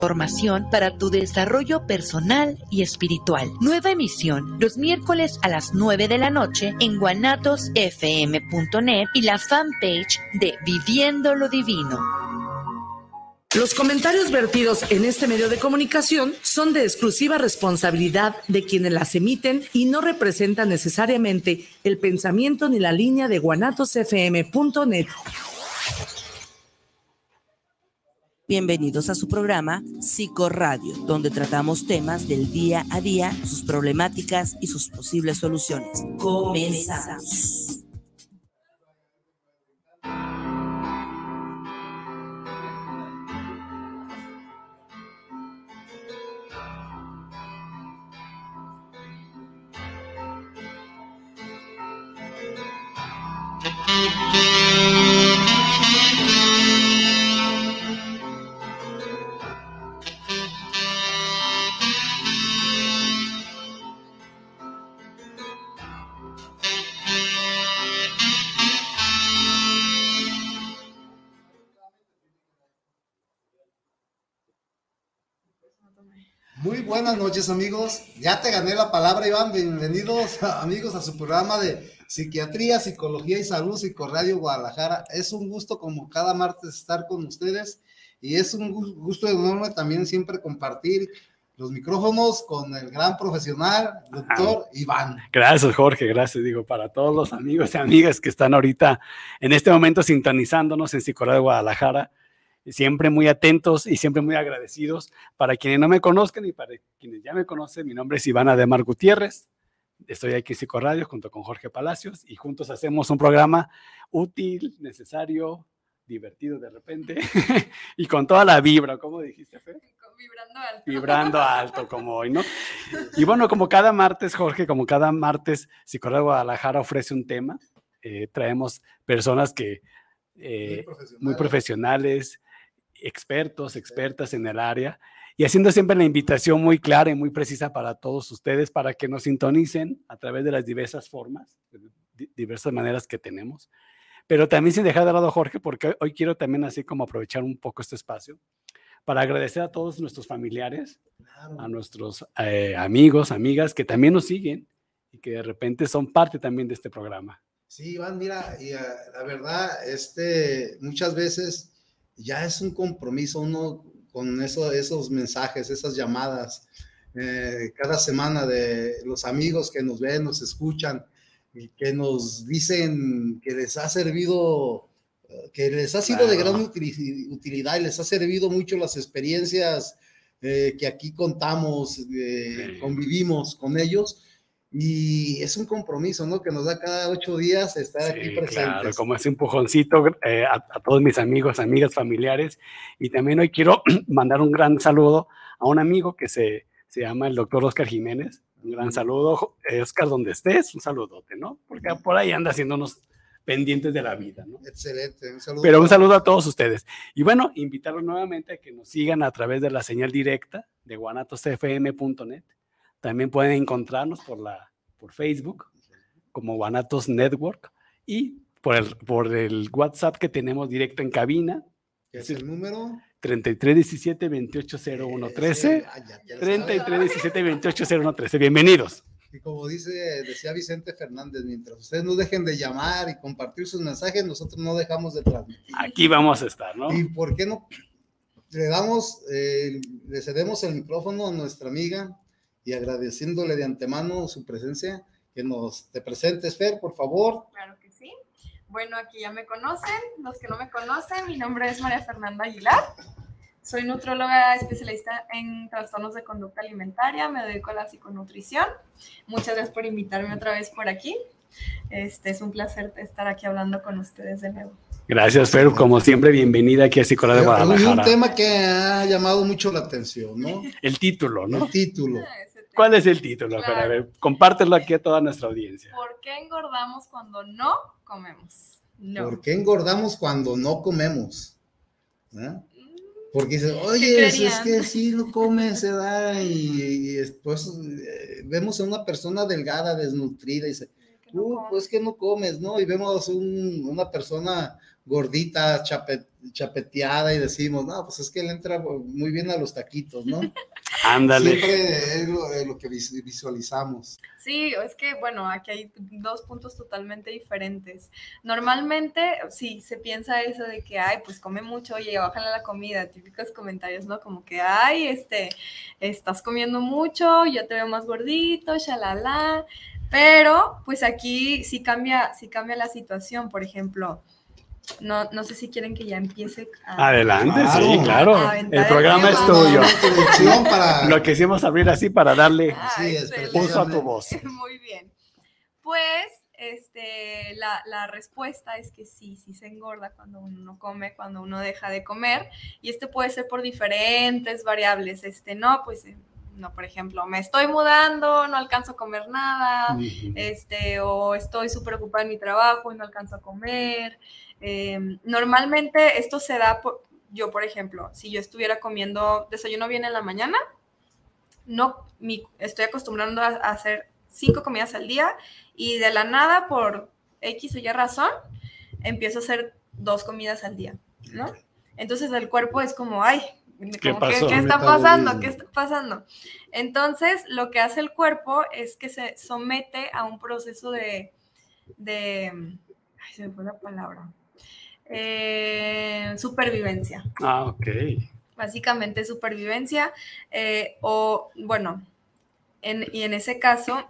Formación para tu desarrollo personal y espiritual. Nueva emisión los miércoles a las 9 de la noche en guanatosfm.net y la fanpage de Viviendo lo Divino. Los comentarios vertidos en este medio de comunicación son de exclusiva responsabilidad de quienes las emiten y no representan necesariamente el pensamiento ni la línea de guanatosfm.net. Bienvenidos a su programa Psicoradio, donde tratamos temas del día a día, sus problemáticas y sus posibles soluciones. Comenzamos. Muy buenas noches, amigos. Ya te gané la palabra, Iván. Bienvenidos, amigos, a su programa de Psiquiatría, Psicología y Salud, Psicoradio Guadalajara. Es un gusto, como cada martes, estar con ustedes y es un gusto enorme también siempre compartir los micrófonos con el gran profesional, doctor Iván. Gracias, Jorge, gracias, para todos los amigos y amigas que están ahorita en este momento sintonizándonos en Psicoradio Guadalajara. Siempre muy atentos y siempre muy agradecidos. Para quienes no me conozcan y para quienes ya me conocen, mi nombre es Iván Ademar Gutiérrez. Estoy aquí en Psicoradio junto con Jorge Palacios y juntos hacemos un programa útil, necesario, divertido de repente y con toda la vibra, ¿cómo dijiste, Fer? Vibrando alto. Vibrando alto como hoy, ¿no? Y bueno, como cada martes, Jorge, como cada martes, Psicoradio Guadalajara ofrece un tema. Traemos personas que muy profesionales, expertos, expertas en el área, y haciendo siempre la invitación muy clara y muy precisa para todos ustedes para que nos sintonicen a través de las diversas formas, diversas maneras que tenemos, pero también sin dejar de lado a Jorge, porque hoy quiero también así como aprovechar un poco este espacio para agradecer a todos nuestros familiares, a nuestros amigos, amigas que también nos siguen y que de repente son parte también de este programa. Sí, Iván, mira, y la verdad, muchas veces ya es un compromiso uno con esos mensajes, esas llamadas, cada semana de los amigos que nos ven, nos escuchan y que nos dicen que les ha servido, que les ha sido de gran utilidad y les ha servido mucho las experiencias que aquí contamos, convivimos con ellos. Y es un compromiso, ¿no? Que nos da cada 8 días estar aquí presentes. Claro, como ese empujoncito a todos mis amigos, amigas, familiares. Y también hoy quiero mandar un gran saludo a un amigo que se llama el doctor Oscar Jiménez. Un gran saludo. Oscar, donde estés, un saludote, ¿no? Porque por ahí anda haciendo unos pendientes de la vida, ¿no? Excelente, un saludo. Pero un saludo a todos ustedes. Y bueno, invitarlos nuevamente a que nos sigan a través de la señal directa de guanatosfm.net. También pueden encontrarnos por Facebook como Guanatos Network y por el WhatsApp que tenemos directo en cabina. ¿Qué es el número? 3317-280113. 3317-280113. Bienvenidos. Y como decía Vicente Fernández, mientras ustedes no dejen de llamar y compartir sus mensajes, nosotros no dejamos de transmitir. Aquí vamos a estar, ¿no? ¿Y por qué no? Le cedemos el micrófono a nuestra amiga y agradeciéndole de antemano su presencia, que te presentes, Fer, por favor. Claro que sí. Bueno, aquí ya me conocen. Los que no me conocen, mi nombre es María Fernanda Aguilar. Soy nutróloga especialista en trastornos de conducta alimentaria. Me dedico a la psiconutrición. Muchas gracias por invitarme otra vez por aquí. Es un placer estar aquí hablando con ustedes de nuevo. Gracias, Fer. Como siempre, bienvenida aquí a Psicoradio Guadalajara. Es un tema que ha llamado mucho la atención, ¿no? El título, ¿no? El título. ¿Cuál es el título? Claro. A ver, compártelo aquí a toda nuestra audiencia. ¿Por qué engordamos cuando no comemos? No. ¿Por qué engordamos cuando no comemos? Porque dices, oye, es que sí no comes, se da, y después vemos a una persona delgada, desnutrida, y dice, pues que no comes, ¿no? Y vemos una persona gordita, chapeteada y decimos, no, pues es que él entra muy bien a los taquitos, ¿no? Ándale. Siempre es lo que visualizamos. Sí, es que, bueno, aquí hay dos puntos totalmente diferentes. Normalmente, sí, se piensa eso de que, ay, pues come mucho, oye, bájale la comida, típicos comentarios, ¿no? Como que, ay, estás comiendo mucho, yo te veo más gordito, shalala. Pero, pues aquí sí cambia la situación, por ejemplo. No sé si quieren que ya empiece Adelante, sí, claro. El programa es tuyo. Lo quisimos abrir así para darle uso a tu voz. Muy bien. Pues, la respuesta es que sí se engorda cuando uno no come, cuando uno deja de comer. Y puede ser por diferentes variables. No, pues... No, por ejemplo, me estoy mudando, no alcanzo a comer nada, o estoy súper ocupada en mi trabajo y no alcanzo a comer. Normalmente esto se da yo, por ejemplo, si yo estuviera comiendo desayuno bien en la mañana, estoy acostumbrando a hacer 5 comidas al día y de la nada, por X o Y razón, empiezo a hacer 2 comidas al día, ¿no? Entonces el cuerpo es como, ay, ¿Qué pasó? ¿Qué está pasando? ¿Qué está pasando? Entonces, lo que hace el cuerpo es que se somete a un proceso de ay, se me fue la palabra. Supervivencia. Ah, ok. Básicamente supervivencia, bueno, y en ese caso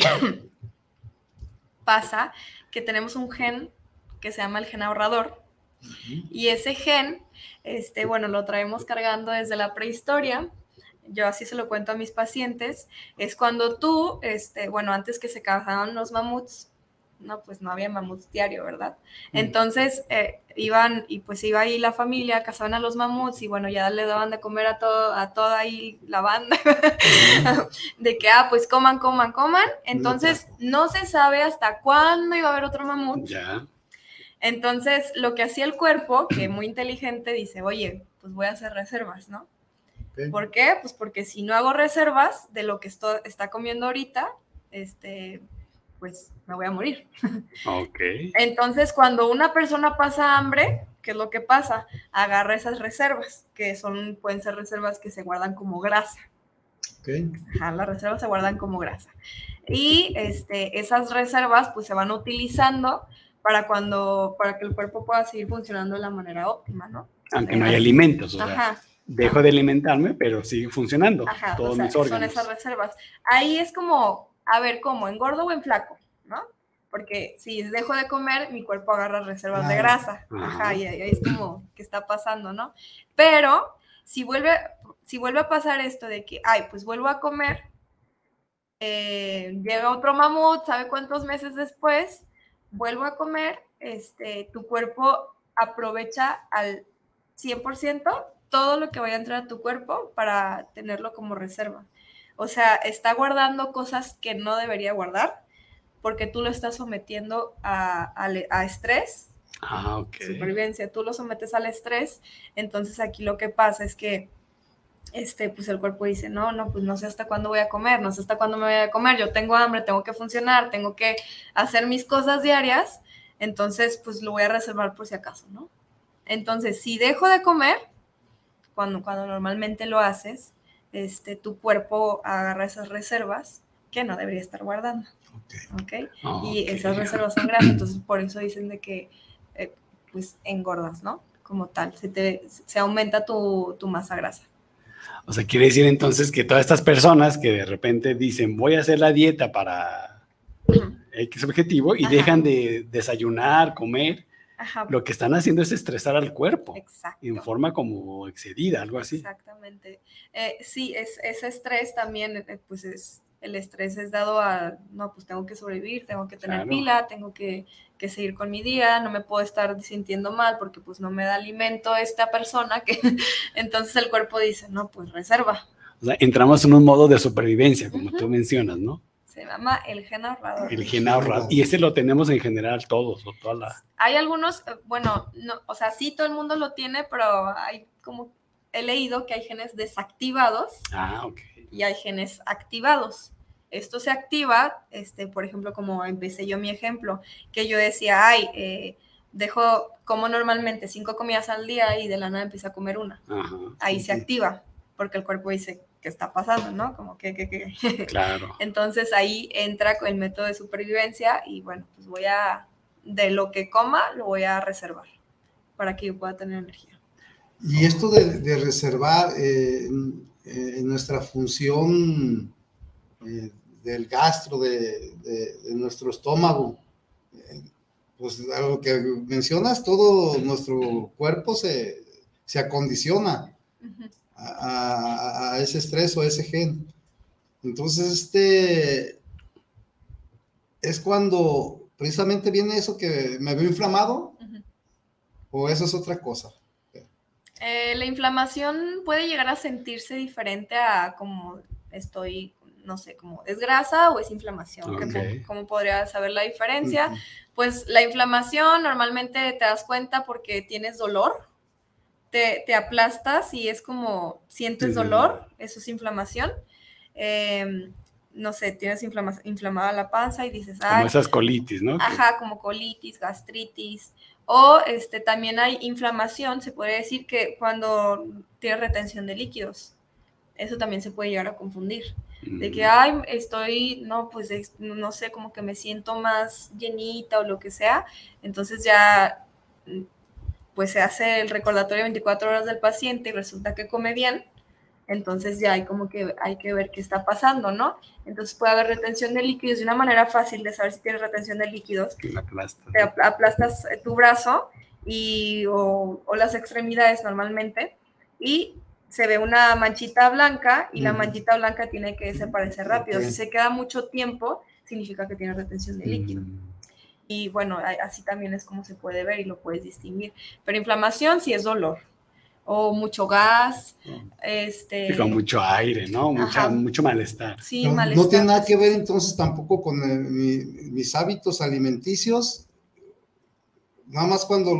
pasa que tenemos un gen que se llama el gen ahorrador. Y ese gen, bueno, lo traemos cargando desde la prehistoria. Yo así se lo cuento a mis pacientes. Es cuando tú, bueno, antes que se cazaban los mamuts, no, pues no había mamuts diario, ¿verdad? Entonces iban, y pues iba ahí la familia, cazaban a los mamuts y bueno, ya le daban de comer a toda ahí la banda, de que, pues coman. Entonces no se sabe hasta cuándo iba a haber otro mamut. Ya. Entonces, lo que hacía el cuerpo, que muy inteligente, dice, oye, pues voy a hacer reservas, ¿no? Okay. ¿Por qué? Pues porque si no hago reservas de lo que está comiendo ahorita, pues me voy a morir. Ok. Entonces, cuando una persona pasa hambre, ¿qué es lo que pasa? Agarra esas reservas, que pueden ser reservas que se guardan como grasa. Okay. Ajá, las reservas se guardan como grasa. Y esas reservas, pues se van utilizando para que el cuerpo pueda seguir funcionando de la manera óptima, ¿no? Aunque no hay alimentos, o sea, dejo de alimentarme, pero sigue funcionando. Ajá, todos mis órganos. Son esas reservas. Ahí es como, a ver, ¿cómo? ¿Engordo o enflaco? ¿No? Porque si dejo de comer, mi cuerpo agarra reservas de grasa. Ajá, y ahí es como, ¿qué está pasando, no? Pero, si vuelve a pasar esto de que, pues vuelvo a comer, llega otro mamut, ¿sabe cuántos meses después? Vuelvo a comer, tu cuerpo aprovecha al 100% todo lo que vaya a entrar a tu cuerpo para tenerlo como reserva. O sea, está guardando cosas que no debería guardar porque tú lo estás sometiendo a estrés. Ok. Supervivencia, tú lo sometes al estrés. Entonces aquí lo que pasa es que pues el cuerpo dice, no, pues no sé hasta cuándo voy a comer, no sé hasta cuándo me voy a comer, yo tengo hambre, tengo que funcionar, tengo que hacer mis cosas diarias, entonces pues lo voy a reservar por si acaso, ¿no? Entonces, si dejo de comer, cuando normalmente lo haces, tu cuerpo agarra esas reservas que no debería estar guardando, ¿ok? Y esas reservas son grasas, entonces por eso dicen de que pues engordas, ¿no? Como tal, se aumenta tu masa grasa. O sea, quiere decir entonces que todas estas personas que de repente dicen voy a hacer la dieta para X objetivo y dejan de desayunar, comer, lo que están haciendo es estresar al cuerpo. Exacto. En forma como excedida, algo así. Exactamente. Sí, ese estrés también, pues el estrés es dado a, no, pues tengo que sobrevivir, tengo que tener pila, tengo que seguir con mi día, no me puedo estar sintiendo mal porque pues no me da alimento esta persona, entonces el cuerpo dice, no, pues reserva. O sea, entramos en un modo de supervivencia, como tú mencionas, ¿no? Se llama el gen ahorrador. El gen ahorrador. Y ese lo tenemos en general todos, o toda la... Hay algunos, bueno, no, o sea, sí todo el mundo lo tiene, pero hay como, he leído que hay genes desactivados. Ok. Y hay genes activados. Esto se activa, por ejemplo, como empecé yo mi ejemplo, que yo decía, como normalmente 5 comidas al día y de la nada empiezo a comer una. Ajá, ahí sí, se sí. activa, porque el cuerpo dice, ¿qué está pasando, no? Como que. Claro. Entonces ahí entra el método de supervivencia y bueno, pues de lo que coma, lo voy a reservar para que yo pueda tener energía. Y esto de reservar en nuestra función del gastro, de nuestro estómago, pues a lo que mencionas, todo nuestro cuerpo se acondiciona a ese estrés o a ese gen. Entonces, es cuando precisamente viene eso que me veo inflamado, o eso es otra cosa. La inflamación puede llegar a sentirse diferente a como estoy, no sé, como es grasa o es inflamación. Okay. ¿Cómo podría saber la diferencia? Pues la inflamación normalmente te das cuenta porque tienes dolor, te aplastas y es como sientes dolor, eso es inflamación. No sé, tienes inflamada la panza y dices... Como esas colitis, ¿no? Ajá, como colitis, gastritis. O también hay inflamación, se puede decir que cuando tienes retención de líquidos. Eso también se puede llegar a confundir. De que, no sé, como que me siento más llenita o lo que sea. Entonces ya, pues se hace el recordatorio 24 horas del paciente y resulta que come bien. Entonces ya hay que ver qué está pasando, ¿no? Entonces puede haber retención de líquidos. Y una manera fácil de saber si tienes retención de líquidos, te aplastas tu brazo o las extremidades normalmente y se ve una manchita blanca y la manchita blanca tiene que desaparecer rápido. Si se queda mucho tiempo, significa que tiene retención de líquido. Y bueno, así también es como se puede ver y lo puedes distinguir. Pero inflamación sí es dolor. O mucho gas, Sí, con mucho aire, ¿no? Mucho malestar. Sí, no, malestar. No tiene nada que ver entonces tampoco con mis hábitos alimenticios, nada más cuando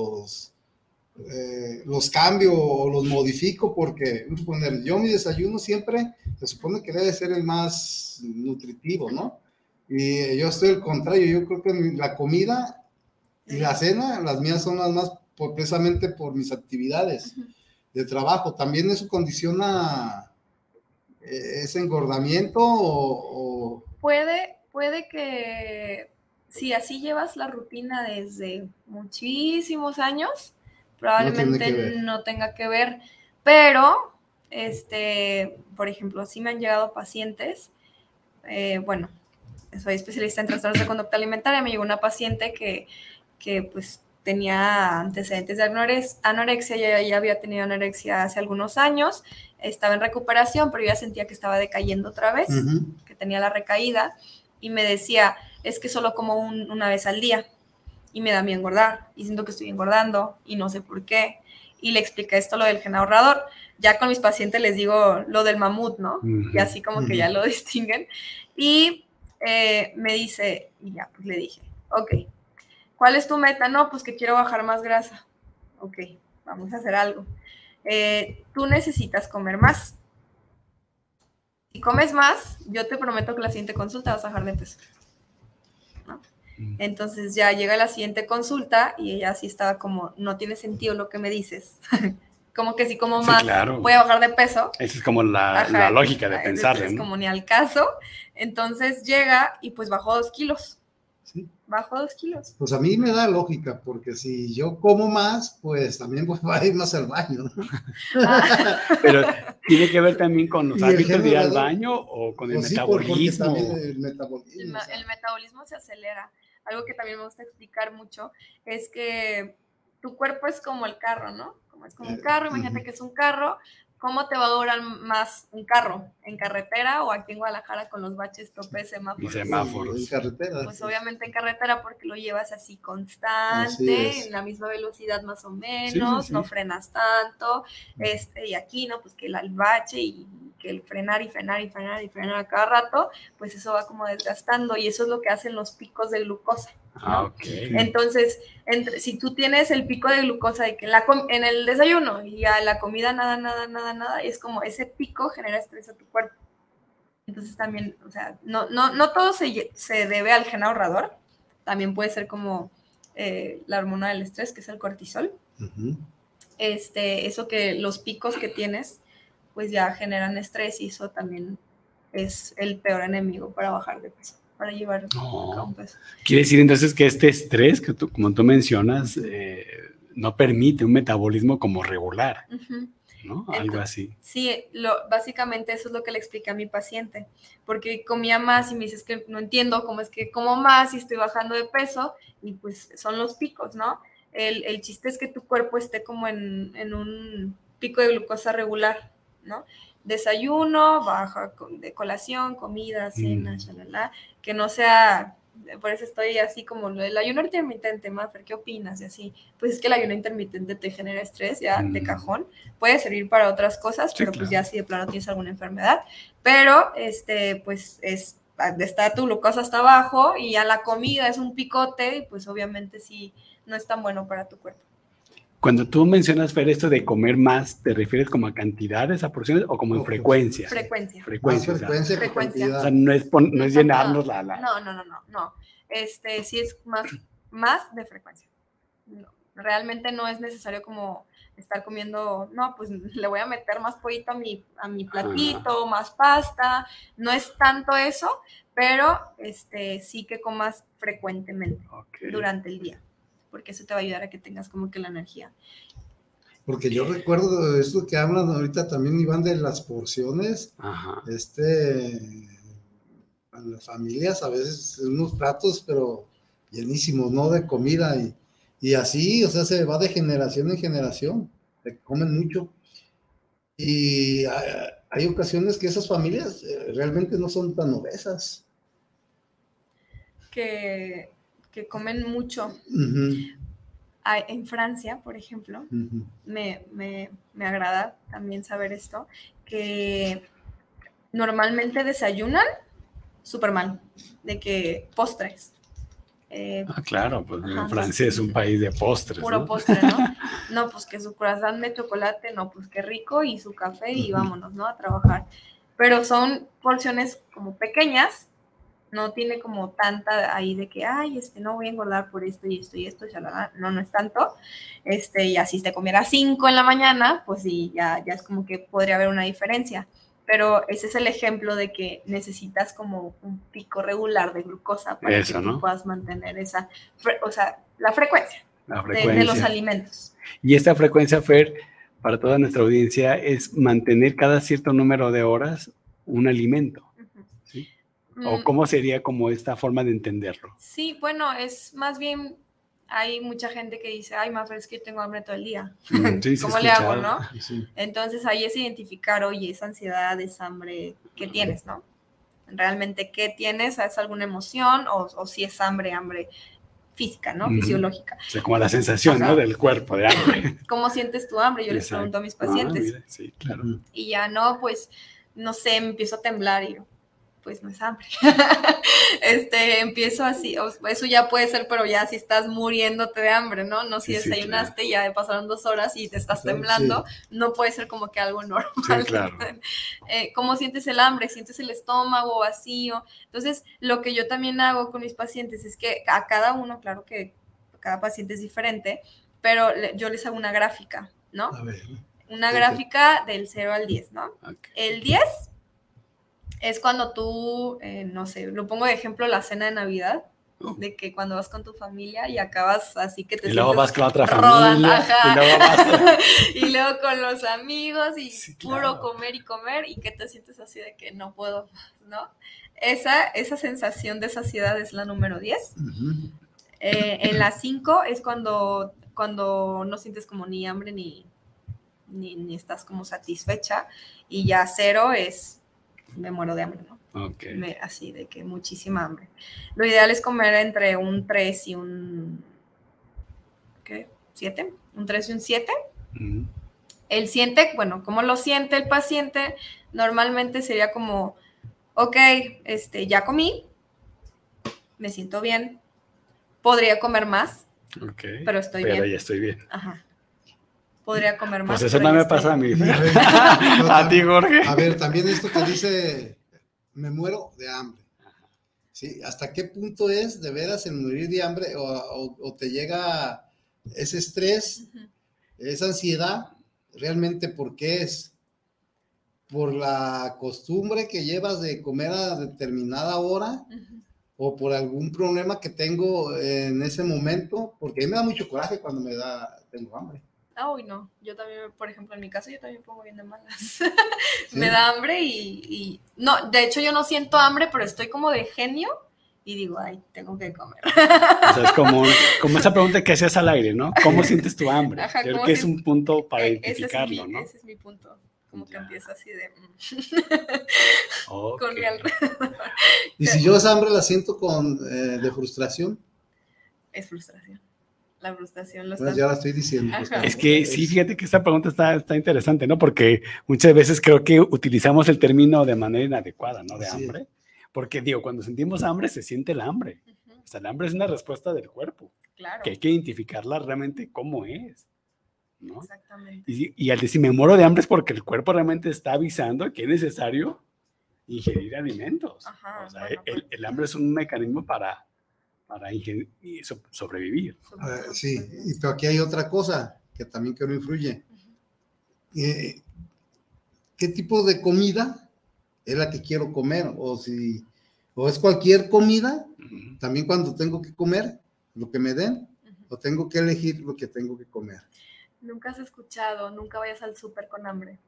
los cambio o los modifico, porque yo mi desayuno siempre se supone que debe ser el más nutritivo, ¿no? Y yo estoy al contrario, yo creo que la comida y la cena, las mías son las más precisamente por mis actividades de trabajo. ¿También eso condiciona ese engordamiento o...? Puede que si así llevas la rutina desde muchísimos años, probablemente no tenga que ver, pero por ejemplo, sí me han llegado pacientes, bueno, soy especialista en trastornos de conducta alimentaria, me llegó una paciente que pues tenía antecedentes de anorexia, ya había tenido anorexia hace algunos años, estaba en recuperación, pero ya sentía que estaba decayendo otra vez, que tenía la recaída, y me decía, es que solo como una vez al día, y me da miedo engordar, y siento que estoy engordando, y no sé por qué, y le expliqué esto, lo del gen ahorrador. Ya con mis pacientes les digo lo del mamut, ¿no? Y así como que ya lo distinguen, y me dice, y ya, pues le dije, ok, ¿cuál es tu meta? No, pues que quiero bajar más grasa. Ok, vamos a hacer algo. Tú necesitas comer más. Si comes más, yo te prometo que la siguiente consulta vas a bajar de peso, ¿no? Entonces ya llega la siguiente consulta y ella sí estaba como, no tiene sentido lo que me dices. Como que si como más, claro, voy a bajar de peso. Esa es como la lógica de pensarle, es ¿no? como ni al caso. Entonces llega y pues bajó 2 kilos. Sí. Bajó 2 kilos. Pues a mí me da lógica, porque si yo como más, pues también voy a ir más al baño, ¿no? Pero tiene que ver también con los hábitos de ir al baño o con el metabolismo. El metabolismo. El metabolismo se acelera. Algo que también me gusta explicar mucho es que tu cuerpo es como el carro, ¿no? Es como un carro, imagínate que es un carro. ¿Cómo te va a durar más un carro? ¿En carretera o aquí en Guadalajara con los baches, topes, semáforos? En carretera. Pues obviamente en carretera porque lo llevas así constante, en la misma velocidad más o menos, no frenas tanto, y aquí, ¿no? Pues que el bache y que el frenar a cada rato, pues eso va como desgastando y eso es lo que hacen los picos de glucosa, ¿no? Okay. Entonces, si tú tienes el pico de glucosa de que en el desayuno y a la comida nada, es como ese pico genera estrés a tu cuerpo. Entonces también, o sea, no todo se debe al gen ahorrador, también puede ser como la hormona del estrés, que es el cortisol. Ujú. Eso que los picos que tienes, pues ya generan estrés y eso también es el peor enemigo para bajar de peso, para llevar a un peso. Quiere decir entonces que este estrés, que como tú mencionas, no permite un metabolismo como regular, ¿no? Algo así. Sí, básicamente eso es lo que le expliqué a mi paciente, porque comía más y me dices que no entiendo cómo es que como más y estoy bajando de peso y pues son los picos, ¿no? El chiste es que tu cuerpo esté como en un pico de glucosa regular, ¿no? Desayuno, baja de colación, comida, cena, shalala, que no sea, por eso estoy así como el ayuno intermitente, Mafer, ¿qué opinas? Y así, pues es que el ayuno intermitente te genera estrés ya de cajón, puede servir para otras cosas, pero pues ya si de plano tienes alguna enfermedad, pero pues está tu glucosa hasta abajo y ya la comida es un picote y pues obviamente sí no es tan bueno para tu cuerpo. Cuando tú mencionas, Fer, esto de comer más, ¿te refieres como a cantidades, a porciones o como en frecuencia? Frecuencia. Frecuencia. O sea, no es llenarnos la... No. Sí es más de frecuencia. No, realmente no es necesario como estar comiendo, no, pues le voy a meter más pollito a mi platito, más pasta. No es tanto eso, pero sí que comas frecuentemente durante el día, porque eso te va a ayudar a que tengas como que la energía. Porque yo recuerdo esto que hablan ahorita también, Iván, de las porciones. Ajá. A las familias a veces unos platos, pero llenísimos, ¿no? De comida y así, o sea, se va de generación en generación, se comen mucho. Y hay ocasiones que esas familias realmente no son tan obesas. Que comen mucho. En Francia, por ejemplo, me agrada también saber esto, que normalmente desayunan súper mal, de que postres. Claro, pues Francia es un país de postres. Puro postre, ¿no? No, pues que su croissant de chocolate, no, pues qué rico, y su café, y vámonos, ¿no? A trabajar. Pero son porciones como pequeñas, no tiene como tanta ahí de que, ay, no voy a engordar por esto y esto y esto, shalala. No es tanto. Y así te comiera 5 en la mañana, pues sí, ya es como que podría haber una diferencia. Pero ese es el ejemplo de que necesitas como un pico regular de glucosa para que tú puedas mantener esa, la frecuencia, de los alimentos. Y esta frecuencia, Fer, para toda nuestra audiencia, es mantener cada cierto número de horas un alimento. ¿Sí? ¿O cómo sería como esta forma de entenderlo? Sí, bueno, es más bien, hay mucha gente que dice, ay, Mafer, es que yo tengo hambre todo el día. ¿Cómo le hago, no? Sí. Entonces ahí es identificar, oye, esa ansiedad, esa hambre, ¿qué tienes, no? Realmente, ¿qué tienes? ¿Es alguna emoción? O si es hambre física, ¿no? Fisiológica. O sea, como la sensación, ¿no? Del cuerpo, de hambre. ¿Cómo sientes tu hambre? Yo les pregunto a mis pacientes. Mira, sí, claro. Y ya no, pues, no sé, me empiezo a temblar y yo, pues no es hambre. Empiezo así, eso ya puede ser, pero ya si estás muriéndote de hambre, ¿no? No si desayunaste, claro. Ya pasaron 2 horas y te estás temblando, no puede ser como que algo normal. Sí, claro. ¿Cómo sientes el hambre? ¿Sientes el estómago vacío? Entonces, lo que yo también hago con mis pacientes es que a cada uno, claro que cada paciente es diferente, pero yo les hago una gráfica, ¿no? A ver. Una gráfica del 0 al 10, ¿no? Okay. El 10 es cuando tú, no sé, lo pongo de ejemplo la cena de Navidad, de que cuando vas con tu familia y acabas así que te y luego vas con otra familia, y luego vas y luego con los amigos y sí, claro. Puro comer y comer y que te sientes así de que no puedo, ¿no? Esa sensación de saciedad es la número 10. En la 5 es cuando no sientes como ni hambre ni estás como satisfecha, y ya 0 es me muero de hambre, ¿no? Okay. Así de que muchísima hambre. Lo ideal es comer entre un 3 y un 7, un 3 y un 7. El 7, bueno, ¿cómo lo siente el paciente? Normalmente sería como, ok, ya comí, me siento bien, podría comer más, pero estoy bien. Pero ya estoy bien. Ajá. Podría comer más. Pues eso no me pasa a mí. A ti, Jorge. A ver, también esto que dice, me muero de hambre. Sí, ¿hasta qué punto es de veras el morir de hambre o te llega ese estrés, esa ansiedad? ¿Realmente por qué es? ¿Por la costumbre que llevas de comer a determinada hora? ¿O por algún problema que tengo en ese momento? Porque a mí me da mucho coraje cuando tengo hambre. Uy, no, yo también, por ejemplo, en mi caso, yo también pongo bien de malas. ¿Sí? Me da hambre y... No, de hecho yo no siento hambre, pero estoy como de genio y digo, ay, tengo que comer. O sea, es como esa pregunta que hacías al aire, ¿no? ¿Cómo sientes tu hambre? Ajá, yo creo que es un punto para identificarlo, ¿no? Ese es mi punto. Como que empieza así de... Okay. Con mi alrededor. ¿Y si yo esa hambre la siento de frustración? Es frustración. La frustración pues ya la estoy diciendo. Pues, es que sí, fíjate que esta pregunta está interesante, ¿no? Porque muchas veces creo que utilizamos el término de manera inadecuada, ¿no? De hambre. Porque digo, cuando sentimos hambre, se siente el hambre. O sea, el hambre es una respuesta del cuerpo. Claro. Que hay que identificarla realmente cómo es, ¿no? Exactamente. Y al decir me muero de hambre es porque el cuerpo realmente está avisando que es necesario ingerir alimentos. Ajá, o sea, el hambre es un mecanismo para sobrevivir. Sí, pero aquí hay otra cosa que también creo influye. ¿Qué tipo de comida es la que quiero comer? O es cualquier comida, también cuando tengo que comer lo que me den, o tengo que elegir lo que tengo que comer. Nunca has escuchado, nunca vayas al súper con hambre.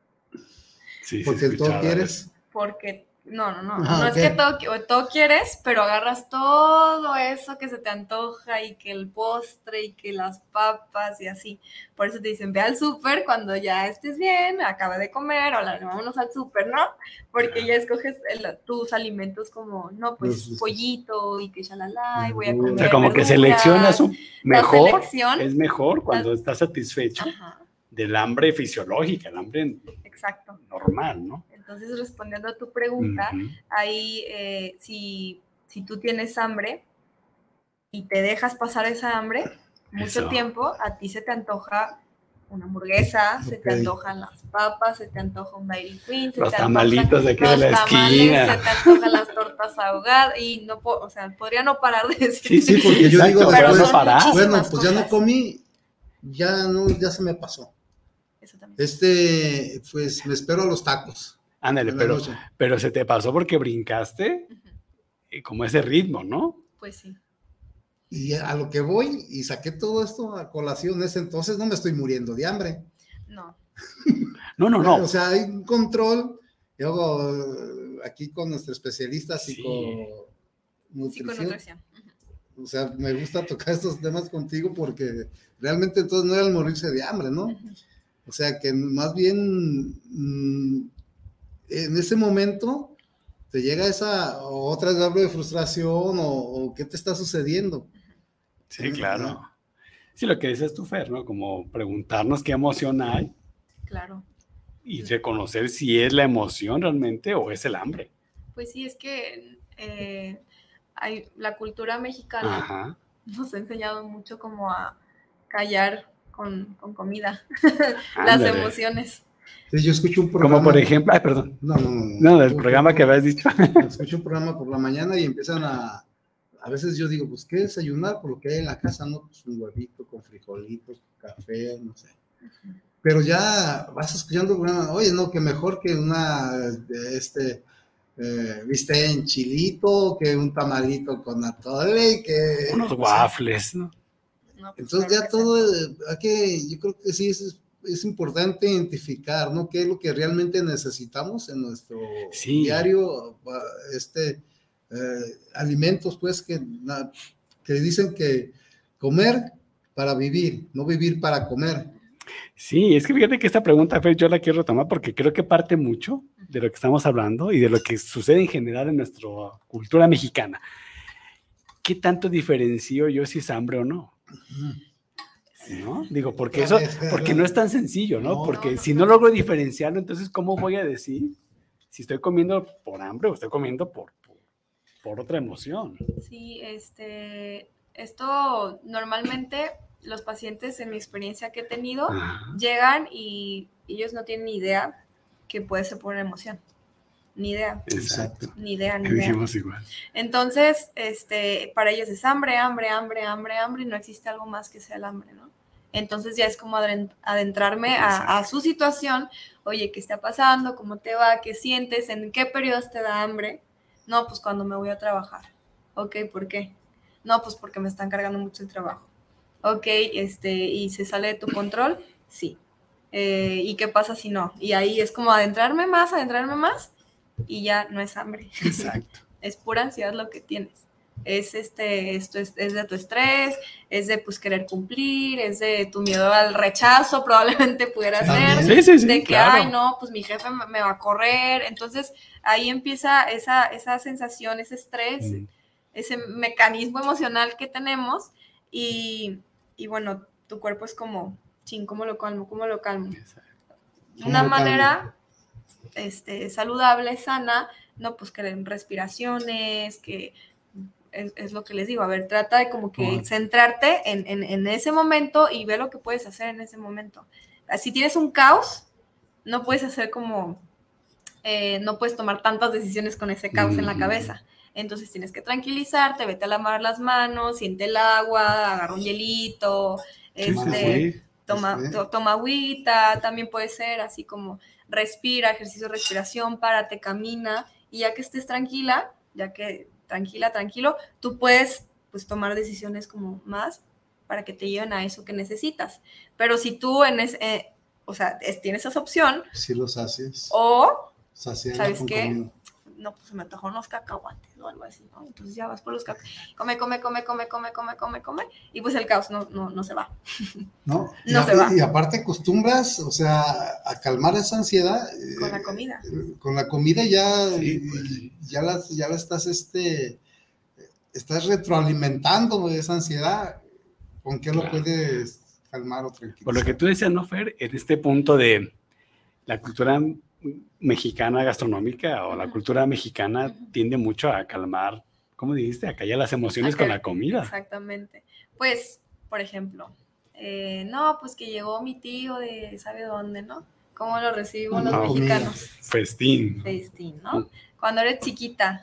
Sí, porque todo quieres. Porque no es que todo quieres, pero agarras todo eso que se te antoja y que el postre y que las papas y así. Por eso te dicen, ve al súper cuando ya estés bien, acaba de comer, o vámonos al súper, ¿no? Porque ya escoges tus alimentos como, no, pues pollito y que shalala, y voy a comer. O sea, como verduras, que seleccionas mejor, es mejor cuando estás satisfecho del hambre fisiológica, el hambre exacto. Normal, ¿no? Entonces, respondiendo a tu pregunta, ahí si tú tienes hambre y te dejas pasar esa hambre mucho tiempo, a ti se te antoja una hamburguesa, se te antojan las papas, se te antoja un Dairy Queen, los tamalitos de aquí de la esquina, se te antojan las tortas ahogadas y no, o sea, podría no parar de decir. Sí, porque yo digo, pero no parar. Bueno, pues ya no comí, ya se me pasó. Eso también. Pues me espero a los tacos. Ándale, pero se te pasó porque brincaste como ese ritmo, ¿no? Pues sí. Y a lo que voy, y saqué todo esto a colación, entonces no me estoy muriendo de hambre. No. No. O sea, hay un control. Yo aquí con nuestra especialista psiconutrición. O sea, me gusta tocar estos temas contigo porque realmente entonces no era el morirse de hambre, ¿no? O sea, que más bien en ese momento te llega otra vez hablo de frustración o qué te está sucediendo. Sí, claro. Sí, lo que dices tú, Fer, ¿no? Como preguntarnos qué emoción hay. Claro. Y reconocer si es la emoción realmente o es el hambre. Pues sí, es que la cultura mexicana nos ha enseñado mucho como a callar con comida las emociones. Sí, yo escucho un programa. Como por ejemplo, perdón. No, del programa que habías dicho. Escucho un programa por la mañana y empiezan a veces yo digo, pues, ¿qué desayunar? Por lo que hay en la casa, ¿no? Pues un huevito con frijolitos, café, no sé. Pero ya vas escuchando el programa, oye, no, que mejor que viste en chilito, que un tamalito con atole, que... unos waffles, ¿no? Entonces ya todo, yo creo que sí es importante identificar, ¿no? ¿Qué es lo que realmente necesitamos en nuestro diario? Alimentos, pues, que dicen que comer para vivir, no vivir para comer. Sí, es que fíjate que esta pregunta, Fer, yo la quiero retomar porque creo que parte mucho de lo que estamos hablando y de lo que sucede en general en nuestra cultura mexicana. ¿Qué tanto diferencio yo si es hambre o no? ¿No? Digo, porque no es tan sencillo, ¿no? Porque si no logro diferenciarlo, entonces, ¿cómo voy a decir si estoy comiendo por hambre o estoy comiendo por otra emoción? Sí, esto normalmente los pacientes, en mi experiencia que he tenido, llegan y ellos no tienen ni idea que puede ser por una emoción. Ni idea. Exacto. Ni idea. Dijimos igual. Entonces, para ellos es hambre, y no existe algo más que sea el hambre, ¿no? Entonces ya es como adentrarme a su situación. Oye, ¿qué está pasando? ¿Cómo te va? ¿Qué sientes? ¿En qué periodos te da hambre? No, pues cuando me voy a trabajar. Ok, ¿por qué? No, pues porque me están cargando mucho el trabajo. Ok, ¿y se sale de tu control? Sí. ¿Y qué pasa si no? Y ahí es como adentrarme más, y ya no es hambre. Exacto. Es pura ansiedad lo que tienes. Es esto es de tu estrés, es de pues querer cumplir, es de tu miedo al rechazo, probablemente pudiera ser, sí, de que, claro. ay, no, pues mi jefe me va a correr. Entonces ahí empieza esa sensación, ese estrés, ese mecanismo emocional que tenemos y bueno, tu cuerpo es como, ¿cómo lo calmo? De una manera saludable, sana, no, pues que respiraciones, que es lo que les digo, a ver, trata de como que centrarte en ese momento y ver lo que puedes hacer en ese momento. Si tienes un caos, no puedes hacer como, no puedes tomar tantas decisiones con ese caos en la cabeza. Entonces tienes que tranquilizarte, vete a lavar las manos, siente el agua, agarra un hielito, toma agüita, también puede ser así como respira, ejercicio de respiración, párate, camina, y ya que estés tranquila, tranquilo, tú puedes pues tomar decisiones como más para que te lleven a eso que necesitas. Pero si tú tienes esa opción, si los haces, o ¿sabes qué? No, pues se me antojó unos cacahuates o algo así, ¿no? Entonces ya vas por los cacahuates, come, y pues el caos no se va. No se va. Y aparte acostumbras, o sea, a calmar esa ansiedad. Con la comida. Con la comida ya, sí, ya la estás, estás retroalimentando esa ansiedad. ¿Con qué lo puedes calmar o tranquilizar? Por lo que tú decías, ¿no, Fer? En este punto de la cultura mexicana gastronómica o la cultura mexicana tiende mucho a calmar, ¿cómo dijiste? A callar las emociones con la comida. Exactamente. Pues, por ejemplo, no, pues que llegó mi tío de ¿sabe dónde, no? ¿Cómo lo recibimos los mexicanos? Festín, ¿no? Cuando eres chiquita,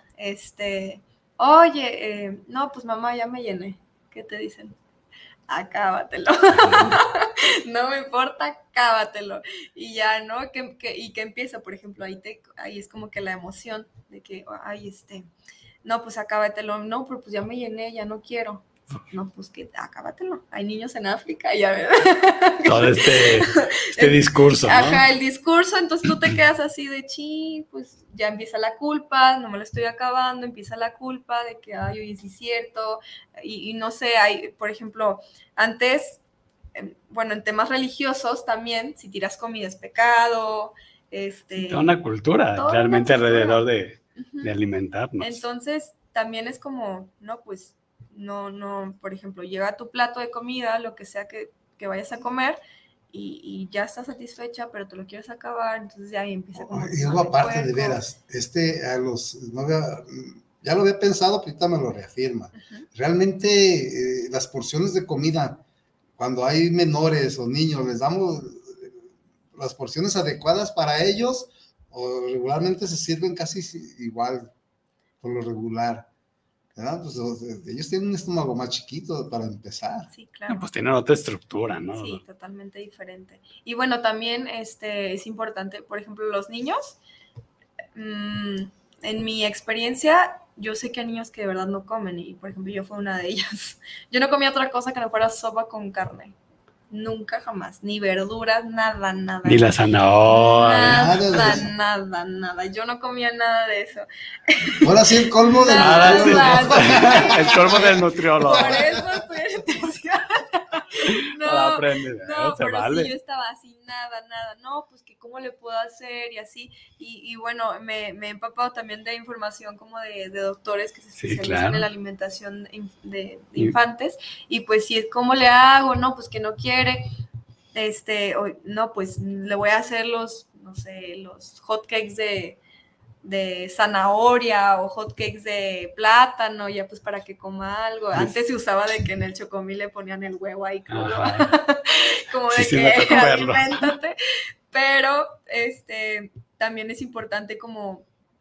oye, no, pues mamá, ya me llené. ¿Qué te dicen? Acábatelo. No me importa, acábatelo. Y ya, ¿no? Y que empieza, por ejemplo, ahí es como que la emoción de que, ay, no, pues acábatelo. No, pero pues ya me llené, ya no quiero. No, pues que acábatelo. Hay niños en África, ya ves. Todo este discurso, ¿no? Ajá, el discurso, entonces tú te quedas así de pues ya empieza la culpa, no me lo estoy acabando, empieza la culpa de que, ay, oye, sí es cierto, y no sé, por ejemplo, antes, bueno, en temas religiosos también, si tiras comida es pecado, toda una cultura realmente alrededor de alimentarnos. Entonces, también es como, no, pues, no, por ejemplo, llega tu plato de comida, lo que sea que vayas a comer, y ya estás satisfecha, pero te lo quieres acabar, entonces ya ahí empieza como... Y algo aparte, de veras, ya lo había pensado, pero ahorita me lo reafirma. Realmente, las porciones de comida, cuando hay menores o niños, les damos las porciones adecuadas para ellos, o regularmente se sirven casi igual, por lo regular. ¿Verdad? Pues ellos tienen un estómago más chiquito para empezar. Sí, claro. Pues tienen otra estructura, ¿no? Sí, totalmente diferente. Y bueno, también es importante, por ejemplo, los niños, en mi experiencia, yo sé que hay niños que de verdad no comen, y por ejemplo yo fui una de ellas. Yo no comía otra cosa que no fuera sopa con carne. Nunca, jamás. Ni verduras, nada. Ni la zanahoria. Nada. Yo no comía nada de eso. Ahora sí el colmo del nutriólogo. El colmo del nutriólogo. Por eso estoy en atención. No, pero vale. Sí, yo estaba así, nada. No, pues que cómo le puedo hacer y así. Y bueno, me he empapado también de información como de doctores que se especializan en la alimentación de infantes. Y pues si es cómo le hago, no, pues que no quiere, no, pues le voy a hacer los hotcakes de zanahoria o hotcakes de plátano, ya pues para que coma algo. Antes se usaba de que en el chocomil le ponían el huevo ahí crudo, como de que aliméntate. Pero también es importante como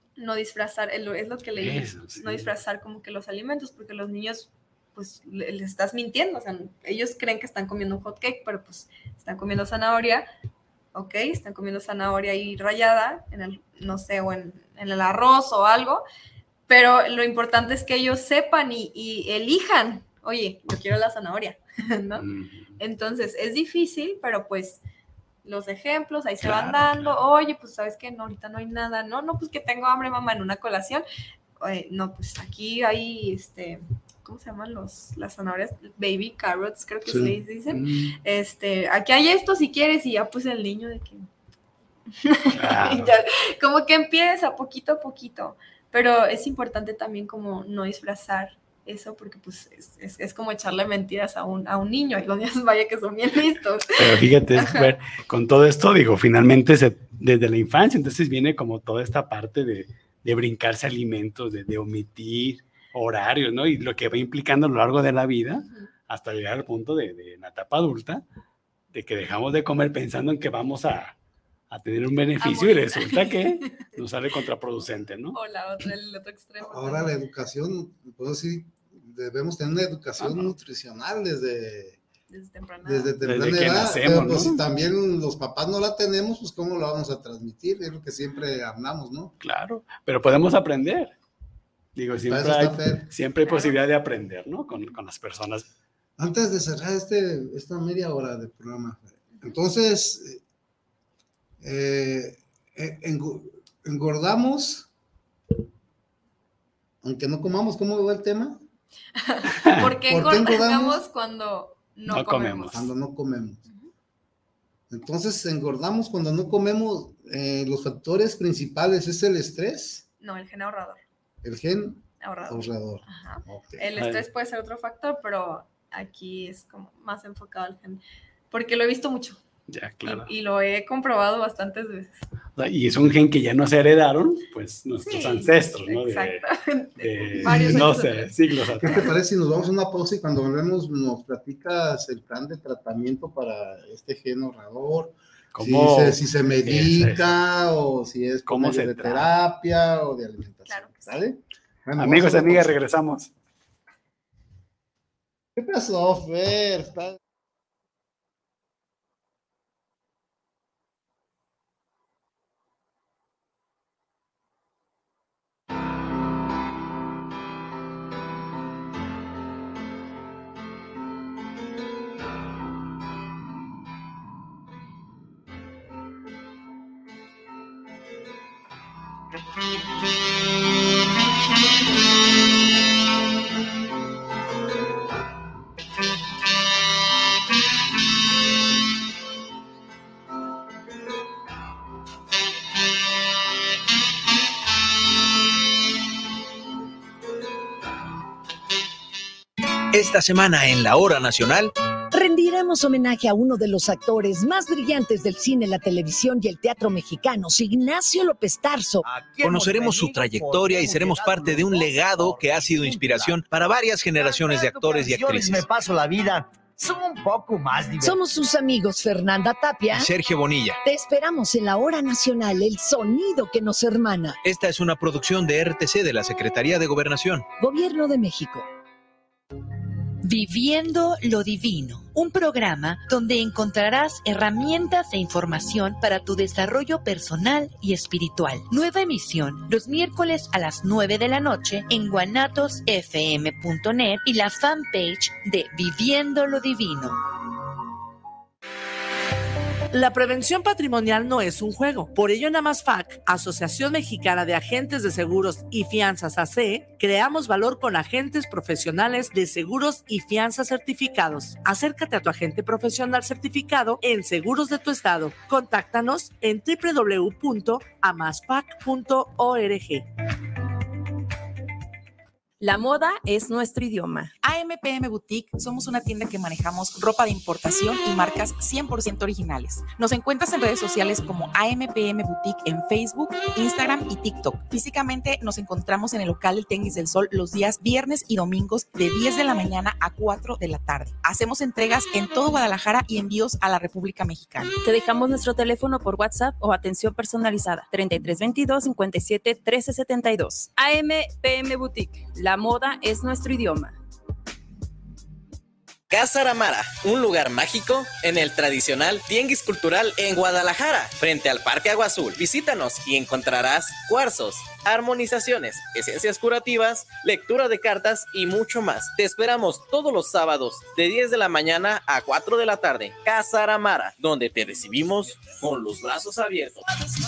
no disfrazar, es lo que le digo, sí. no disfrazar como que los alimentos, porque los niños, pues, les estás mintiendo, o sea, ellos creen que están comiendo un hot cake, pero pues están comiendo zanahoria, ok, están comiendo zanahoria ahí rallada, en el, no sé, o en el arroz o algo, pero lo importante es que ellos sepan y elijan, oye, yo quiero la zanahoria, ¿no? Entonces, es difícil, pero pues los ejemplos ahí se van dando. Oye, pues sabes que no, ahorita no hay nada, no, pues que tengo hambre, mamá, en una colación. No, pues aquí hay, ¿cómo se llaman las zanahorias? Baby carrots, creo que se les dicen. Aquí hay esto si quieres, y ya pues el niño de que ya, como que empieza poquito a poquito, pero es importante también como no disfrazar eso, porque pues es como echarle mentiras a un niño, y los niños vaya que son bien listos. Pero fíjate, con todo esto, digo, finalmente desde la infancia, entonces viene como toda esta parte de brincarse alimentos, de omitir horarios, ¿no? Y lo que va implicando a lo largo de la vida, hasta llegar al punto de la etapa adulta, de que dejamos de comer pensando en que vamos a tener un beneficio y resulta que nos sale contraproducente, ¿no? O el otro extremo. Ahora la educación, puedo decir, debemos tener una educación nutricional desde temprana edad, nacemos, pero pues ¿no? Si también los papás no la tenemos, pues ¿cómo la vamos a transmitir? Es lo que siempre hablamos, ¿no? Claro, pero podemos aprender. Digo, siempre hay posibilidad de aprender, ¿no? Con las personas. Antes de cerrar esta media hora de programa, entonces, engordamos, aunque no comamos. ¿Cómo va el tema? ¿Por qué engordamos cuando no comemos? Cuando no comemos. Entonces, engordamos cuando no comemos. Los factores principales es el estrés. No, el gen ahorrador. El gen ahorrador. Ajá. Okay. El estrés puede ser otro factor, pero aquí es como más enfocado al gen, porque lo he visto mucho. Ya, claro. Y lo he comprobado bastantes veces. Y es un gen que ya nos heredaron, pues, nuestros ancestros, ¿no? Exactamente. De no sé, siglos atrás. ¿Qué te parece si nos vamos a una pausa y cuando volvemos nos platicas el plan de tratamiento para este gen ahorrador? Si se medica o si es cómo de terapia o de alimentación. Claro. ¿Sale? Bueno, amigos y amigas, regresamos. ¿Qué pasó, Fer? Esta semana en La Hora Nacional rendiremos homenaje a uno de los actores más brillantes del cine, la televisión y el teatro mexicanos, Ignacio López Tarso. Conoceremos su trayectoria y seremos parte de un legado que ha sido inspiración para varias generaciones de actores y actrices. Me paso la vida un poco más divertidos. Somos sus amigos Fernanda Tapia y Sergio Bonilla. Te esperamos en La Hora Nacional, el sonido que nos hermana. Esta es una producción de RTC de la Secretaría de Gobernación. Gobierno de México. Viviendo lo Divino, un programa donde encontrarás herramientas e información para tu desarrollo personal y espiritual. Nueva emisión los miércoles a las 9 de la noche en guanatosfm.net y la fanpage de Viviendo lo Divino. La prevención patrimonial no es un juego. Por ello, en AMASFAC, Asociación Mexicana de Agentes de Seguros y Fianzas AC, creamos valor con agentes profesionales de seguros y fianzas certificados. Acércate a tu agente profesional certificado en Seguros de tu Estado. Contáctanos en www.amasfac.org. La moda es nuestro idioma. AMPM Boutique somos una tienda que manejamos ropa de importación y marcas 100% originales. Nos encuentras en redes sociales como AMPM Boutique en Facebook, Instagram y TikTok. Físicamente nos encontramos en el local del Tenis del Sol los días viernes y domingos de 10 de la mañana a 4 de la tarde. Hacemos entregas en todo Guadalajara y envíos a la República Mexicana. Te dejamos nuestro teléfono por WhatsApp o atención personalizada 3322 57 13 72. AMPM Boutique. La moda es nuestro idioma. Casa Aramara, un lugar mágico en el tradicional Tianguis Cultural en Guadalajara, frente al Parque Agua Azul. Visítanos y encontrarás cuarzos, armonizaciones, esencias curativas, lectura de cartas y mucho más. Te esperamos todos los sábados de 10 de la mañana a 4 de la tarde. Casa Aramara, donde te recibimos con los brazos abiertos.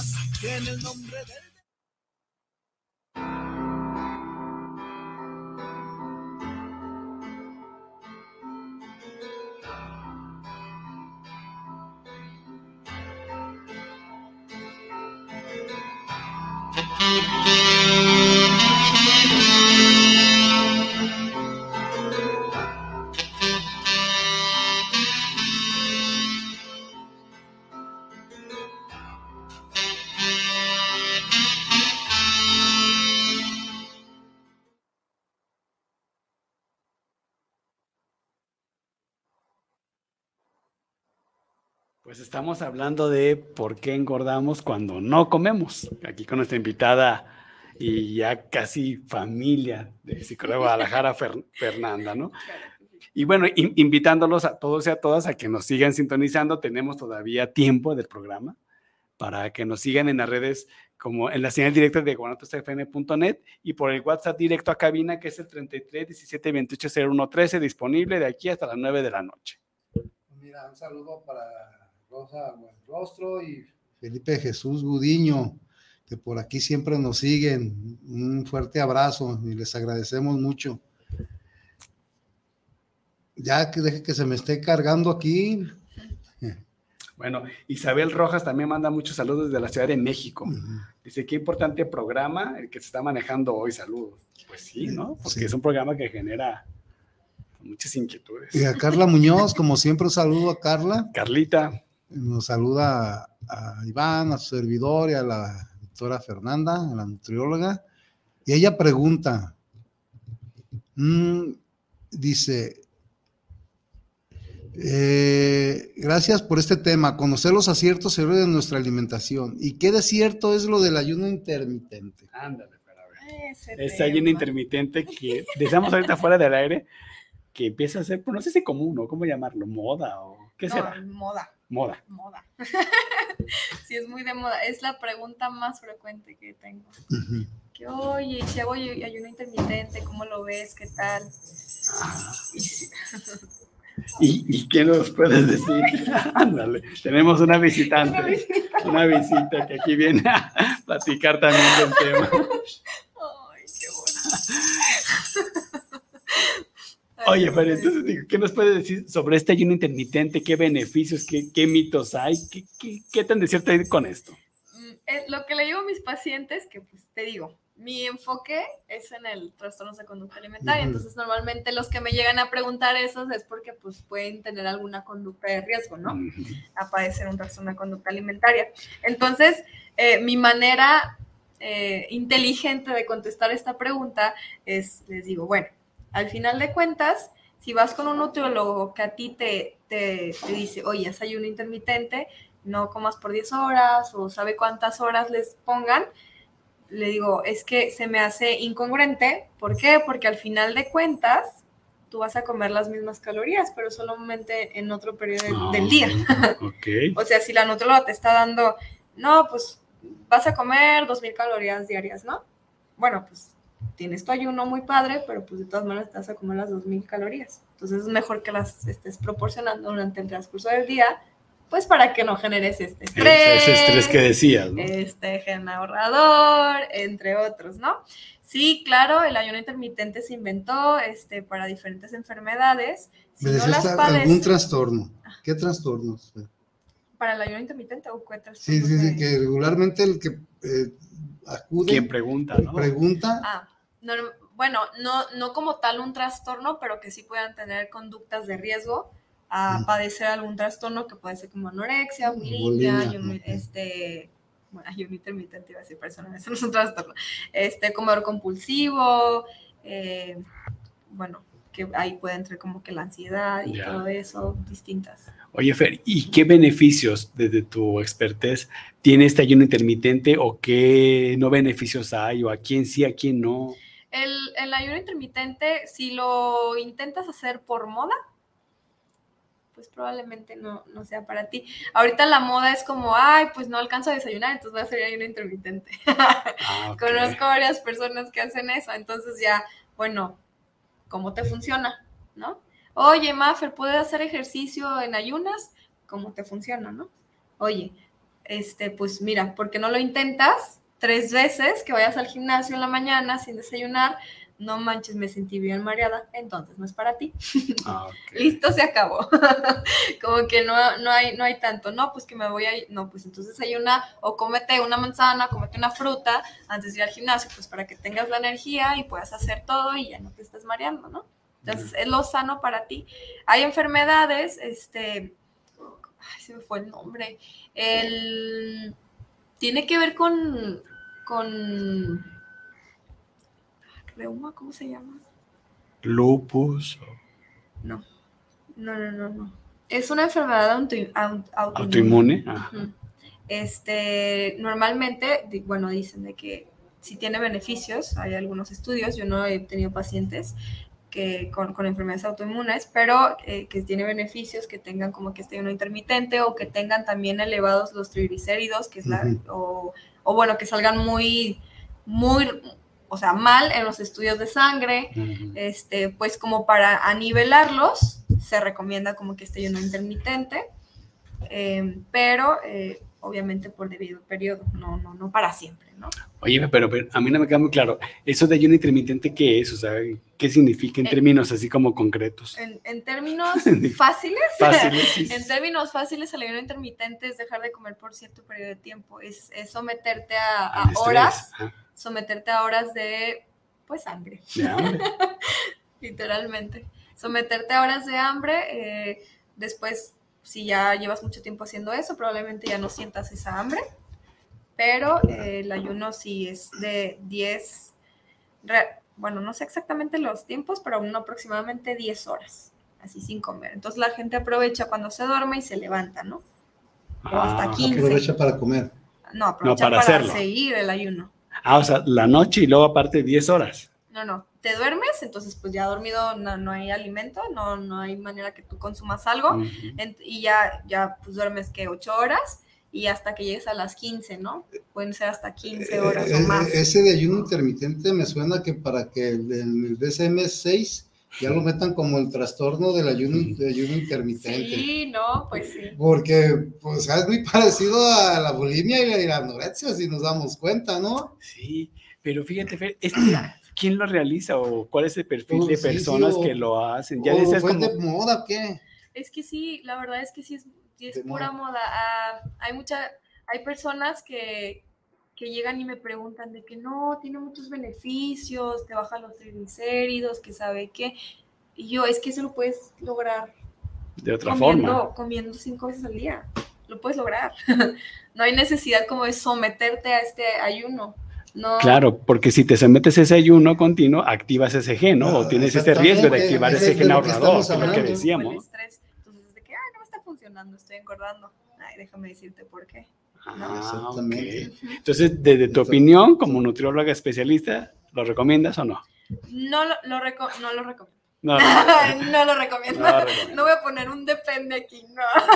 Pues estamos hablando de por qué engordamos cuando no comemos. Aquí con nuestra invitada y ya casi familia de Psicóloga Guadalajara, Fernanda, ¿no? Y bueno, invitándolos a todos y a todas a que nos sigan sintonizando. Tenemos todavía tiempo del programa para que nos sigan en las redes, como en la señal directa de guanatosfm.net y por el WhatsApp directo a cabina, que es el 33 17 28 01 13, disponible de aquí hasta las 9 de la noche. Mira, un saludo para Rosa Buenrostro y Felipe Jesús Gudiño, que por aquí siempre nos siguen. Un fuerte abrazo y les agradecemos mucho. Ya que deje que se me esté cargando aquí. Bueno, Isabel Rojas también manda muchos saludos desde la Ciudad de México. Dice, qué importante programa el que se está manejando hoy. Saludos. Pues sí, ¿no? Porque sí, es un programa que genera muchas inquietudes. Y a Carla Muñoz, como siempre, un saludo a Carla. Carlita. Nos saluda a Iván, a su servidor y a la doctora Fernanda, a la nutrióloga. Y ella pregunta, dice, gracias por este tema, conocer los aciertos y errores de nuestra alimentación. ¿Y qué de cierto es lo del ayuno intermitente? Ándale, para ver. Ese ayuno intermitente que decíamos ahorita fuera del aire, que empieza a ser, pues no sé si común o cómo llamarlo, moda o qué será. Moda. Sí, es muy de moda. Es la pregunta más frecuente que tengo. Uh-huh. Que, oye, si hago ayuno intermitente, ¿cómo lo ves? ¿Qué tal? ¿Y qué nos puedes decir? Ándale, tenemos una visitante, una visita que aquí viene a platicar también del tema. Ay, qué bueno. Oye, pero entonces, ¿qué nos puedes decir sobre este ayuno intermitente? ¿Qué beneficios, qué mitos hay? ¿Qué tan de cierto hay con esto? Lo que le digo a mis pacientes, que pues te digo, mi enfoque es en el trastornos de conducta alimentaria, entonces normalmente los que me llegan a preguntar eso es porque pues pueden tener alguna conducta de riesgo, ¿no? A padecer un trastorno de conducta alimentaria. Entonces, mi manera inteligente de contestar esta pregunta es, les digo, bueno, al final de cuentas, si vas con un nutriólogo que a ti te dice, oye, haz ayuno intermitente, no comas por 10 horas o sabe cuántas horas les pongan, le digo, es que se me hace incongruente. ¿Por qué? Porque al final de cuentas, tú vas a comer las mismas calorías, pero solamente en otro periodo del día. Okay. O sea, si la nutrióloga te está dando, no, pues vas a comer 2,000 calorías diarias, ¿no? Bueno, pues tienes tu ayuno muy padre, pero pues de todas maneras te vas a comer las 2,000 calorías. Entonces es mejor que las estés proporcionando durante el transcurso del día, pues para que no generes este estrés. Ese estrés que decías, ¿no? Este gen ahorrador, entre otros, ¿no? Sí, claro, el ayuno intermitente se inventó para diferentes enfermedades. Si ¿Me decías algún trastorno? ¿Qué trastornos? ¿Para el ayuno intermitente o qué trastorno? Sí, que regularmente el que acude... ¿Quién pregunta, no? Pregunta... Bueno, no como tal un trastorno, pero que sí puedan tener conductas de riesgo a padecer algún trastorno que puede ser como anorexia, bulimia, ayuno intermitente, iba a decir persona, eso no es un trastorno, comedor compulsivo, que ahí puede entrar como que la ansiedad y todo eso, distintas. Oye, Fer, ¿y qué beneficios desde tu expertez tiene este ayuno intermitente o qué no beneficios hay o a quién sí, a quién no? El ayuno intermitente, si lo intentas hacer por moda, pues probablemente no sea para ti. Ahorita la moda es como, ay, pues no alcanzo a desayunar, entonces voy a hacer ayuno intermitente. Okay. Conozco varias personas que hacen eso, entonces ya, bueno, ¿cómo te funciona? ¿No? Oye, Mafer, ¿puedes hacer ejercicio en ayunas? ¿Cómo te funciona, no? Oye, pues mira, ¿por qué no lo intentas 3 veces? Que vayas al gimnasio en la mañana sin desayunar. No manches, me sentí bien mareada, entonces no es para ti. Okay. Listo, se acabó. Como que no hay tanto. No, pues que me voy a ir. No, pues entonces desayuna o cómete una manzana, cómete una fruta antes de ir al gimnasio, pues para que tengas la energía y puedas hacer todo y ya no te estés mareando, ¿no? Entonces, es lo sano para ti. Hay enfermedades, ay, se me fue el nombre. Tiene que ver con reuma, ¿cómo se llama? Lupus. No. Es una enfermedad autoinmune. Normalmente, bueno, dicen de que sí tiene beneficios, hay algunos estudios, yo no he tenido pacientes con enfermedades autoinmunes, pero que tiene beneficios, que tengan como que ayuno intermitente o que tengan también elevados los triglicéridos, que es o bueno, que salgan muy, o sea, mal en los estudios de sangre, pues como para anivelarlos, se recomienda como que ayuno intermitente, pero obviamente por debido periodo, no para siempre, ¿no? Oye, pero a mí no me queda muy claro, ¿eso de ayuno intermitente qué es? O sea, ¿qué significa en términos así como concretos? En términos fáciles, sí. En términos fáciles, el ayuno intermitente es dejar de comer por cierto periodo de tiempo, es someterte a horas, someterte a horas de, pues, hambre. De hambre. Literalmente. Someterte a horas de hambre, después, si ya llevas mucho tiempo haciendo eso, probablemente ya no sientas esa hambre, pero el ayuno sí es de 10, bueno, no sé exactamente los tiempos, pero aproximadamente 10 horas, así sin comer. Entonces la gente aprovecha cuando se duerme y se levanta, ¿no? O hasta 15. Aprovecha para comer. No, aprovecha para seguir el ayuno. O sea, la noche y luego aparte 10 horas. No, te duermes, entonces pues ya dormido no hay alimento, no hay manera que tú consumas algo, y ya pues duermes que 8 horas y hasta que llegues a las 15, ¿no? Pueden ser hasta 15 horas o más. Ese de ayuno intermitente me suena que para que el DSM-6 ya lo metan como el trastorno del ayuno intermitente. Sí, no, pues sí. Porque pues es muy parecido a la bulimia y la anorexia, si nos damos cuenta, ¿no? Sí, pero fíjate, Fer, ¿quién lo realiza o cuál es el perfil de personas que lo hacen? ¿Ya ¿Fue como de moda o qué? Es que sí, la verdad es que sí es pura moda. Hay personas que llegan y me preguntan de que no, tiene muchos beneficios, te baja los triglicéridos, que sabe qué. Y yo, es que eso lo puedes lograr de otra forma. Comiendo 5 veces al día. Lo puedes lograr. No hay necesidad como de someterte a este ayuno. No. Claro, porque si te sometes a ese ayuno continuo, activas ese gen, ¿no? O tienes ese riesgo de activar ese gen ahorrador, que es lo que decíamos. Entonces, es de que, no me está funcionando, estoy engordando. Ay, déjame decirte por qué. Okay. Entonces, desde tu opinión, como nutrióloga especialista, ¿lo recomiendas o no? No lo recomiendo. No lo recomiendo. No lo recomiendo. No voy a poner un depende aquí,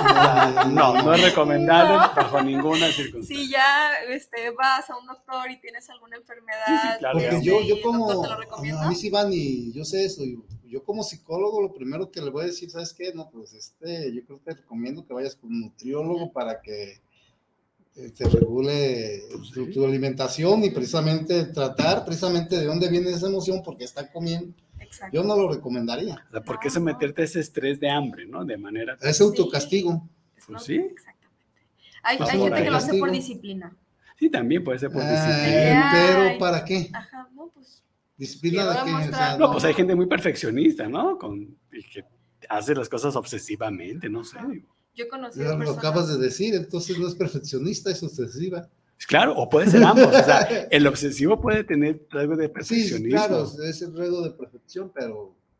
no es recomendable bajo ninguna circunstancia. Si ya vas a un doctor y tienes alguna enfermedad, sí, claro, porque yo como, a mí sí van y yo sé eso, yo como psicólogo lo primero que le voy a decir, ¿sabes qué? No, pues yo creo que te recomiendo que vayas con un nutriólogo para que te regule tu alimentación y precisamente tratar precisamente de dónde viene esa emoción porque está comiendo. Exacto. Yo no lo recomendaría. O sea, ¿por qué someterte a ese estrés de hambre, no? De manera... Es autocastigo. Pues sí. Exactamente. Hay gente que lo hace por disciplina. Sí, también puede ser por disciplina. Pero ¿para qué? Ajá, no, pues... ¿Disciplina de qué? O sea, no, pues hay gente muy perfeccionista, ¿no? Y que hace las cosas obsesivamente, no sé. Yo conocí a personas... Lo acabas de decir, entonces no es perfeccionista, es obsesiva. Claro, o puede ser ambos, o sea, el obsesivo puede tener algo de perfeccionismo. Sí, claro, es el rasgo de perfección, pero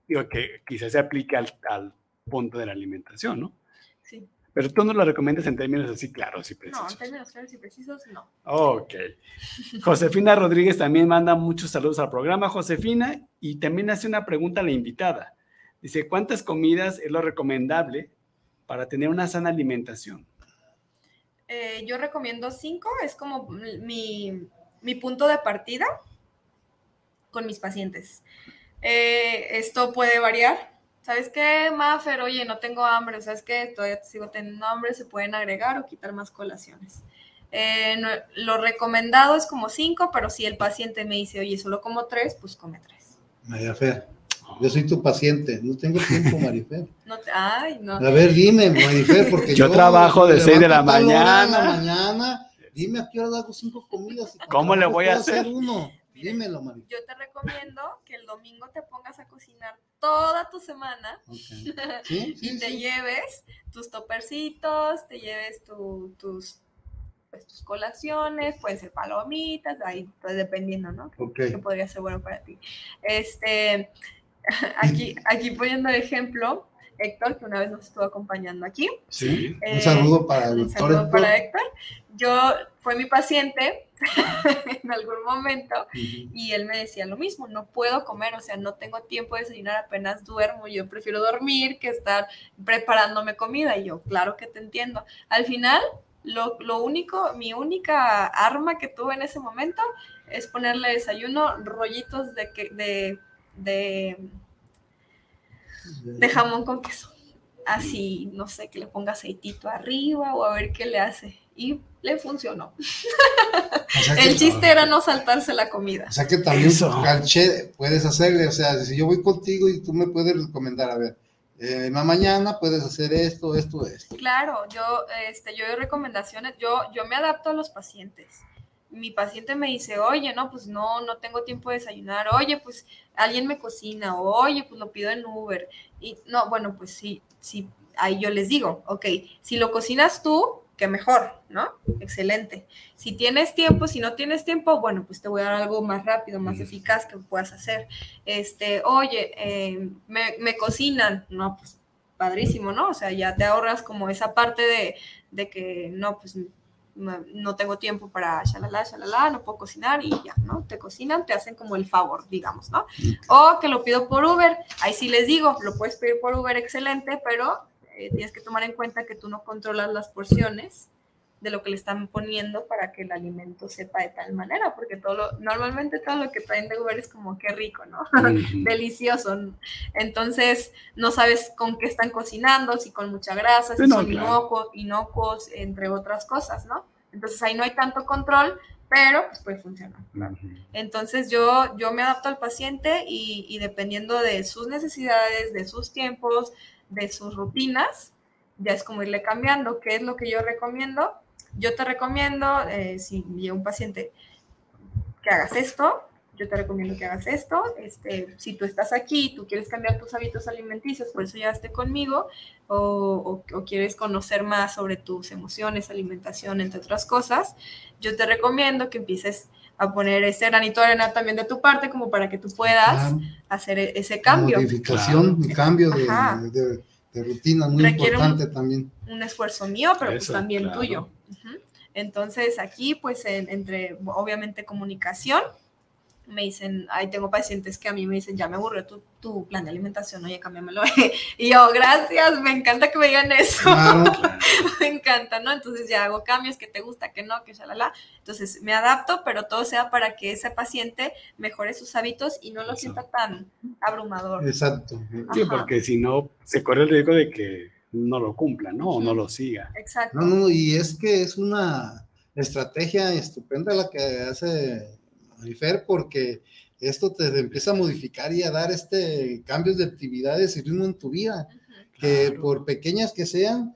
digo que quizás se aplique al punto de la alimentación, ¿no? Sí. Pero tú no lo recomiendas en términos así claros y precisos. No, en términos claros y precisos, no. Ok. Josefina Rodríguez también manda muchos saludos al programa, Josefina, y también hace una pregunta a la invitada. Dice, ¿cuántas comidas es lo recomendable para tener una sana alimentación? Yo recomiendo 5, es como mi punto de partida con mis pacientes. Esto puede variar. ¿Sabes qué, Mafer? Oye, no tengo hambre. ¿Sabes qué? Todavía sigo teniendo hambre. Se pueden agregar o quitar más colaciones. Lo recomendado es como 5, pero si el paciente me dice, oye, solo como 3, pues come 3. Marifer, yo soy tu paciente. No tengo tiempo, Marifer. No. A ver, dime, Marifer, porque yo trabajo de 6 de la mañana. En la mañana. Dime a qué hora hago 5 comidas. ¿Cómo le voy a hacer? Uno. Dímelo, Marifer. Yo te recomiendo que el domingo te pongas a cocinar toda tu semana. Okay. ¿Sí? Y te lleves tus topercitos, te lleves tus colaciones, pueden ser palomitas, ahí pues, dependiendo, ¿no? Okay. Que podría ser bueno para ti. Aquí poniendo de ejemplo, Héctor, que una vez nos estuvo acompañando aquí. Sí, un saludo para el doctor. Un saludo para Héctor. Fue mi paciente en algún momento y él me decía lo mismo, no puedo comer, o sea, no tengo tiempo de desayunar, apenas duermo, yo prefiero dormir que estar preparándome comida. Y yo, claro que te entiendo. Al final, mi única arma que tuve en ese momento es ponerle desayuno rollitos de jamón con queso. Así, no sé, que le ponga aceitito arriba o a ver qué le hace. Y le funcionó. O sea el chiste era no saltarse la comida. O sea que también calché puedes hacerle, o sea, si yo voy contigo y tú me puedes recomendar, a ver, mañana puedes hacer esto. Claro, yo doy recomendaciones, yo me adapto a los pacientes. Mi paciente me dice, oye, no, pues no tengo tiempo de desayunar, oye, pues alguien me cocina, oye, pues lo pido en Uber. Y no, bueno, pues sí, ahí yo les digo, ok, si lo cocinas tú, qué mejor, ¿no? Excelente. Si tienes tiempo, si no tienes tiempo, bueno, pues te voy a dar algo más rápido, más eficaz que puedas hacer. Oye, me cocinan, no, pues padrísimo, ¿no? O sea, ya te ahorras como esa parte de que, no, pues no tengo tiempo para shalala, no puedo cocinar y ya, ¿no? Te cocinan, te hacen como el favor, digamos, ¿no? O que lo pido por Uber, ahí sí les digo, lo puedes pedir por Uber, excelente, pero tienes que tomar en cuenta que tú no controlas las porciones de lo que le están poniendo para que el alimento sepa de tal manera, porque normalmente todo lo que traen de Uber es como qué rico, ¿no? Delicioso. Entonces, no sabes con qué están cocinando, si con mucha grasa, si son inocuos, entre otras cosas, ¿no? Entonces, ahí no hay tanto control, pero pues puede funcionar. Entonces, yo me adapto al paciente y dependiendo de sus necesidades, de sus tiempos, de sus rutinas, ya es como irle cambiando. ¿Qué es lo que yo recomiendo? Yo te recomiendo, si llega un paciente, que hagas esto, yo te recomiendo que hagas esto. Si tú estás aquí, tú quieres cambiar tus hábitos alimenticios, por eso ya esté conmigo, o quieres conocer más sobre tus emociones, alimentación, entre otras cosas, yo te recomiendo que empieces a poner ese granito de arena también de tu parte, como para que tú puedas hacer ese cambio. Modificación, cambio de rutina, muy importante también. Un esfuerzo mío, pero pues también tuyo. Entonces aquí, pues entre obviamente comunicación, me dicen, ahí tengo pacientes que a mí me dicen, ya me aburrió tu plan de alimentación, oye, cámbiamelo. Y yo, gracias, me encanta que me digan eso. Claro. Me encanta, ¿no? Entonces ya hago cambios, que te gusta, que no, que shalala. Entonces me adapto, pero todo sea para que ese paciente mejore sus hábitos y no lo sienta tan abrumador. Exacto. Sí, porque si no, se corre el riesgo de que no lo cumpla, ¿no? O no lo siga. Exacto. No, y es que es una estrategia estupenda la que hace Marifer, porque esto te empieza a modificar y a dar cambios de actividades y ritmo en tu vida, que por pequeñas que sean,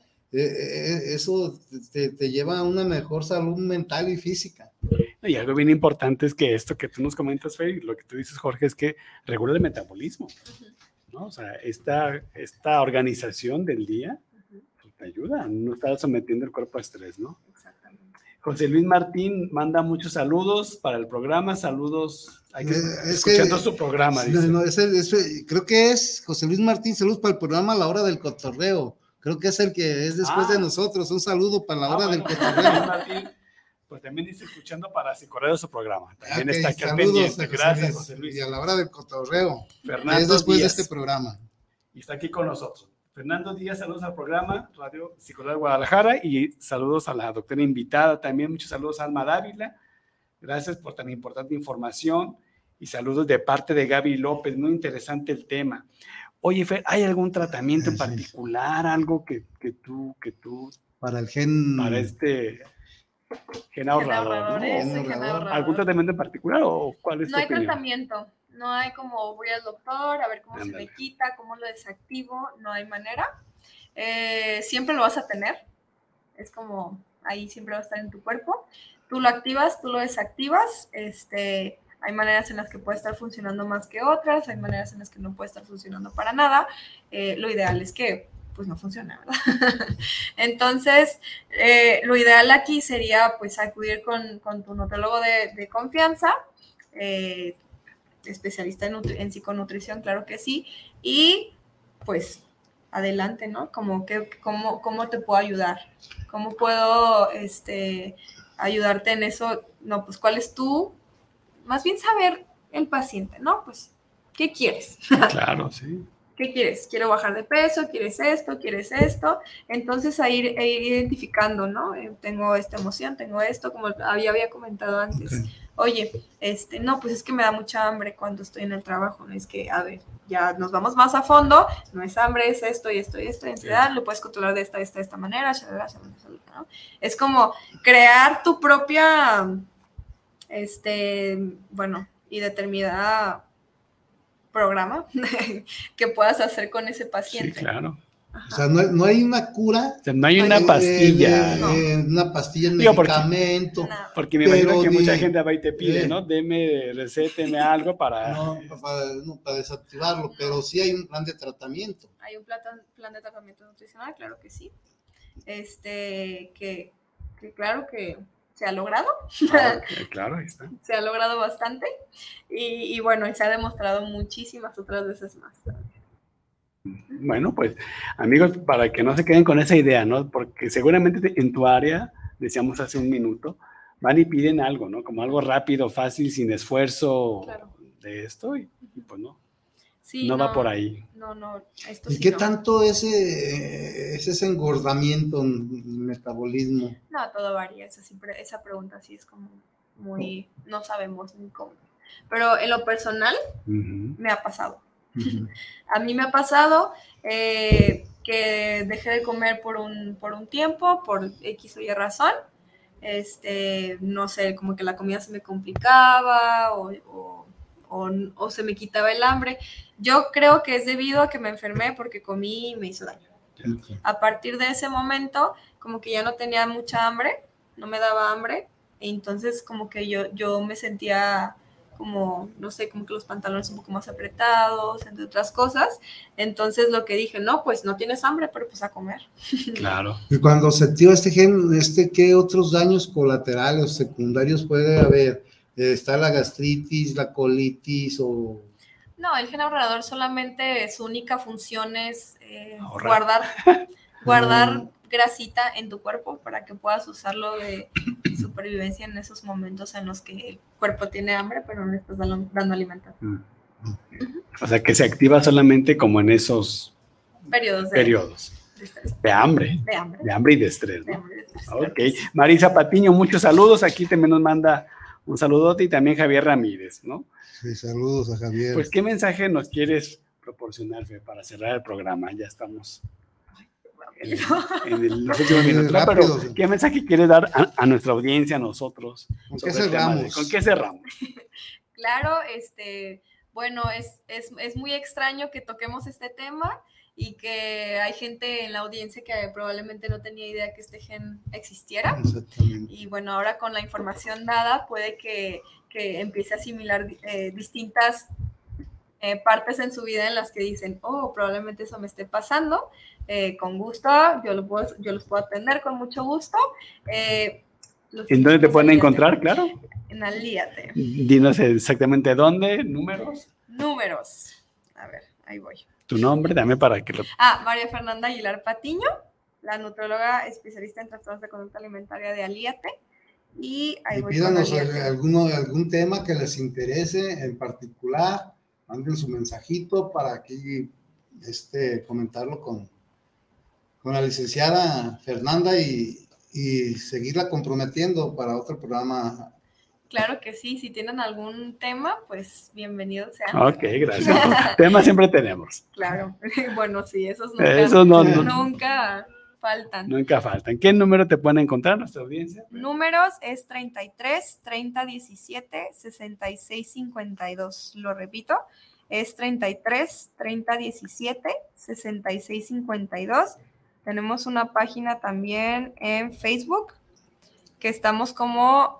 eso te lleva a una mejor salud mental y física. Y algo bien importante es que esto que tú nos comentas, Fer, y lo que tú dices, Jorge, es que regula el metabolismo, ¿no? O sea, esta organización del día te ayuda a no estar sometiendo el cuerpo a estrés, ¿no? Exactamente. José Luis Martín manda muchos saludos para el programa. Saludos. Escuchando su programa. Dice. Creo que es José Luis Martín. Saludos para el programa La Hora del Cotorreo. Creo que es el que es después de nosotros. Un saludo para La Hora del Cotorreo. Martín, pues también dice escuchando para Cicorreo su programa. También está aquí al pendiente. Gracias, José Luis. Y a La Hora del Cotorreo. Fernando es después Díaz. de este programa. Y está aquí con nosotros. Fernando Díaz, saludos al programa Radio Psicología de Guadalajara y saludos a la doctora invitada también. Muchos saludos a Alma Dávila. Gracias por tan importante información y saludos de parte de Gaby López. Muy interesante el tema. Oye, Fer, ¿hay algún tratamiento en particular, algo que tú para el gen, para este gen ahorrador, ¿no? ¿Algún tratamiento en particular o cuál es tu opinión? No hay tratamiento. No hay como voy al doctor a ver cómo se me quita, cómo lo desactivo, no hay manera. Siempre lo vas a tener, es como ahí siempre va a estar en tu cuerpo. Tú lo activas, tú lo desactivas, hay maneras en las que puede estar funcionando más que otras, hay maneras en las que no puede estar funcionando para nada. Lo ideal es que pues no funcione, ¿verdad? Entonces, lo ideal aquí sería pues acudir con tu nutrólogo de confianza, especialista en psiconutrición, claro que sí, y pues adelante, ¿no? Como que, ¿cómo te puedo ayudar? ¿Cómo puedo ayudarte en eso? No, pues ¿cuál es más bien saber el paciente, ¿no? Pues, ¿qué quieres? Claro, sí. ¿Qué quieres? ¿Quiero bajar de peso? ¿Quieres esto? ¿Quieres esto? Entonces, a ir identificando, ¿no? Tengo esta emoción, tengo esto, como había comentado antes. Okay. Oye, no, pues es que me da mucha hambre cuando estoy en el trabajo, ¿no? Es que, a ver, ya nos vamos más a fondo, no es hambre, es esto y esto y esto, ansiedad, lo puedes controlar de esta manera, ¿no? Es como crear tu propia, y determinada programa que puedas hacer con ese paciente. Sí, claro. Ajá. O sea, no hay una cura. O sea, no hay una pastilla. Una pastilla en medicamento. Porque me imagino que mucha gente va y te pide, ¿no? Recéteme algo para... para desactivarlo, pero sí hay un plan de tratamiento. Hay un plan de tratamiento nutricional, claro que sí. Que claro que se ha logrado. Claro, ahí está. Se ha logrado bastante y bueno, y se ha demostrado muchísimas otras veces más también. Bueno, pues amigos, para que no se queden con esa idea, ¿no? Porque seguramente en tu área, decíamos hace un minuto, van y piden algo, ¿no? Como algo rápido, fácil, sin esfuerzo, claro, de esto y pues no. Sí, no va por ahí. No, esto ¿Y sí qué no. tanto es ese engordamiento en el metabolismo? No, todo varía. Esa pregunta sí es como muy... No sabemos ni cómo. Pero en lo personal, me ha pasado. A mí me ha pasado que dejé de comer por un tiempo, por X o Y razón. No sé, como que la comida se me complicaba o se me quitaba el hambre. Yo creo que es debido a que me enfermé porque comí y me hizo daño. Okay. A partir de ese momento, como que ya no tenía mucha hambre, no me daba hambre, y entonces como que yo me sentía como, no sé, como que los pantalones un poco más apretados, entre otras cosas. Entonces lo que dije, no, pues no tienes hambre, pero pues a comer. Claro. Y cuando se activa este gen, ¿qué otros daños colaterales o secundarios puede haber? ¿Está la gastritis, la colitis o...? No, el gen ahorrador solamente su única función es guardar grasita en tu cuerpo para que puedas usarlo de supervivencia en esos momentos en los que el cuerpo tiene hambre, pero no le estás dando alimentación. O sea, que se activa solamente como en esos periodos de hambre. De hambre y de estrés, ¿no? Ok. Marisa Patiño, muchos saludos. Aquí también nos manda un saludote y también Javier Ramírez, ¿no? Sí, saludos a Javier. Pues, ¿qué mensaje nos quieres proporcionar, Fe, para cerrar el programa? Ya estamos en los últimos minutos. Pero, ¿qué mensaje quieres dar a nuestra audiencia, a nosotros? ¿Con qué cerramos? ¿Con qué cerramos? Claro, bueno, es muy extraño que toquemos este tema y que hay gente en la audiencia que probablemente no tenía idea que este gen existiera. Exactamente. Y bueno, ahora con la información dada puede que empiece a asimilar distintas partes en su vida en las que dicen, oh, probablemente eso me esté pasando. Con gusto, yo los puedo atender con mucho gusto. ¿En dónde te pueden encontrar, claro? En Alíate. Dinos exactamente dónde, números. A ver, ahí voy. Tu nombre, dame para que lo... María Fernanda Aguilar Patiño, la nutróloga especialista en trastornos de conducta alimentaria de Alíate. Y ahí voy. Pídanos algún tema que les interese en particular, manden su mensajito para aquí comentarlo con la licenciada Fernanda y seguirla comprometiendo para otro programa. Claro que sí, si tienen algún tema, pues bienvenidos sean. Ok, gracias. Temas siempre tenemos. Claro, bueno, sí, esos nunca faltan. Nunca faltan. ¿Qué número te pueden encontrar nuestra audiencia? Números es 33 30 17 66 52. Lo repito, es 33 30 17 66 52. Tenemos una página también en Facebook que estamos como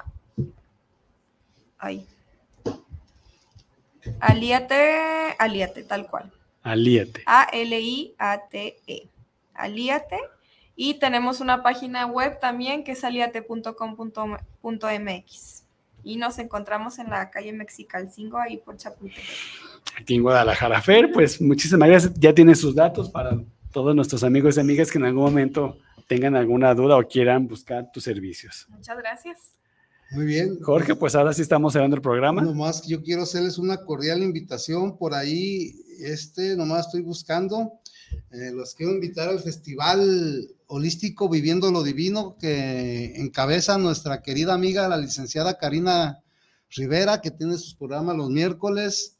Alíate, tal cual. Alíate. ALIATE. Alíate. Y tenemos una página web también que es aliate.com.mx. Y nos encontramos en la calle Mexicalcingo, ahí por Chapultepec. Aquí en Guadalajara. Fer, pues muchísimas gracias. Ya tienes sus datos para todos nuestros amigos y amigas que en algún momento tengan alguna duda o quieran buscar tus servicios. Muchas gracias. Muy bien. Jorge, pues ahora sí estamos cerrando el programa. Nomás yo quiero hacerles una cordial invitación por ahí, nomás estoy buscando, los quiero invitar al Festival Holístico Viviendo lo Divino que encabeza nuestra querida amiga, la licenciada Karina Rivera, que tiene sus programas los miércoles.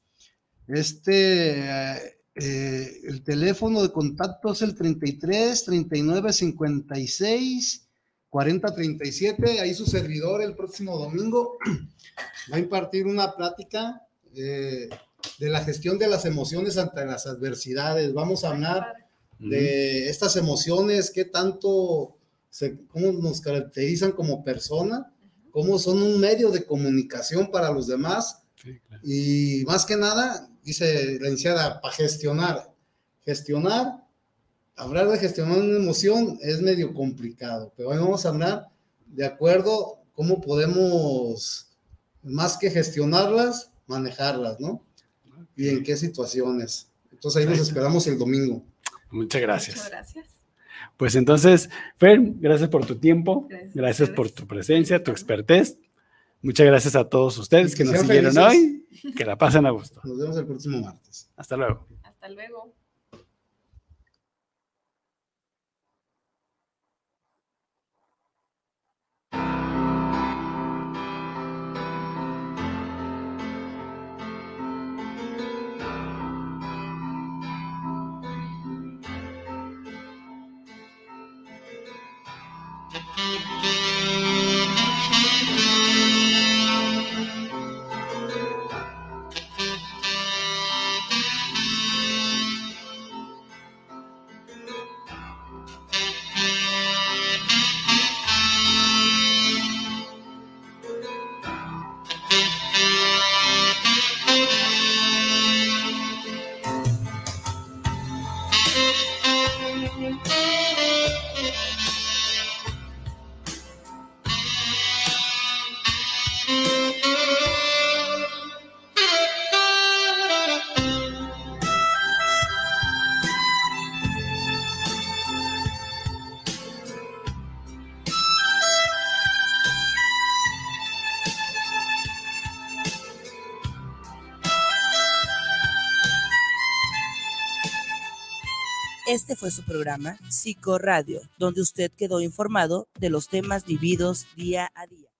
El teléfono de contacto es el 33 39 56 40 37, ahí su servidor el próximo domingo va a impartir una plática de la gestión de las emociones ante las adversidades. Vamos a hablar de estas emociones, qué tanto, cómo nos caracterizan como persona, cómo son un medio de comunicación para los demás, sí, claro. Y más que nada, dice la licenciada, para gestionar, hablar de gestionar una emoción es medio complicado, pero hoy vamos a hablar de acuerdo cómo podemos, más que gestionarlas, manejarlas, ¿no? Y en qué situaciones. Entonces ahí nos esperamos el domingo. Muchas gracias. Muchas gracias. Pues entonces, Fer, gracias por tu tiempo, gracias por tu presencia, tu expertez. Muchas gracias a todos ustedes que nos siguieron hoy. Que la pasen a gusto. Nos vemos el próximo martes. Hasta luego. Hasta luego. Este fue su programa Psicoradio, donde usted quedó informado de los temas vividos día a día.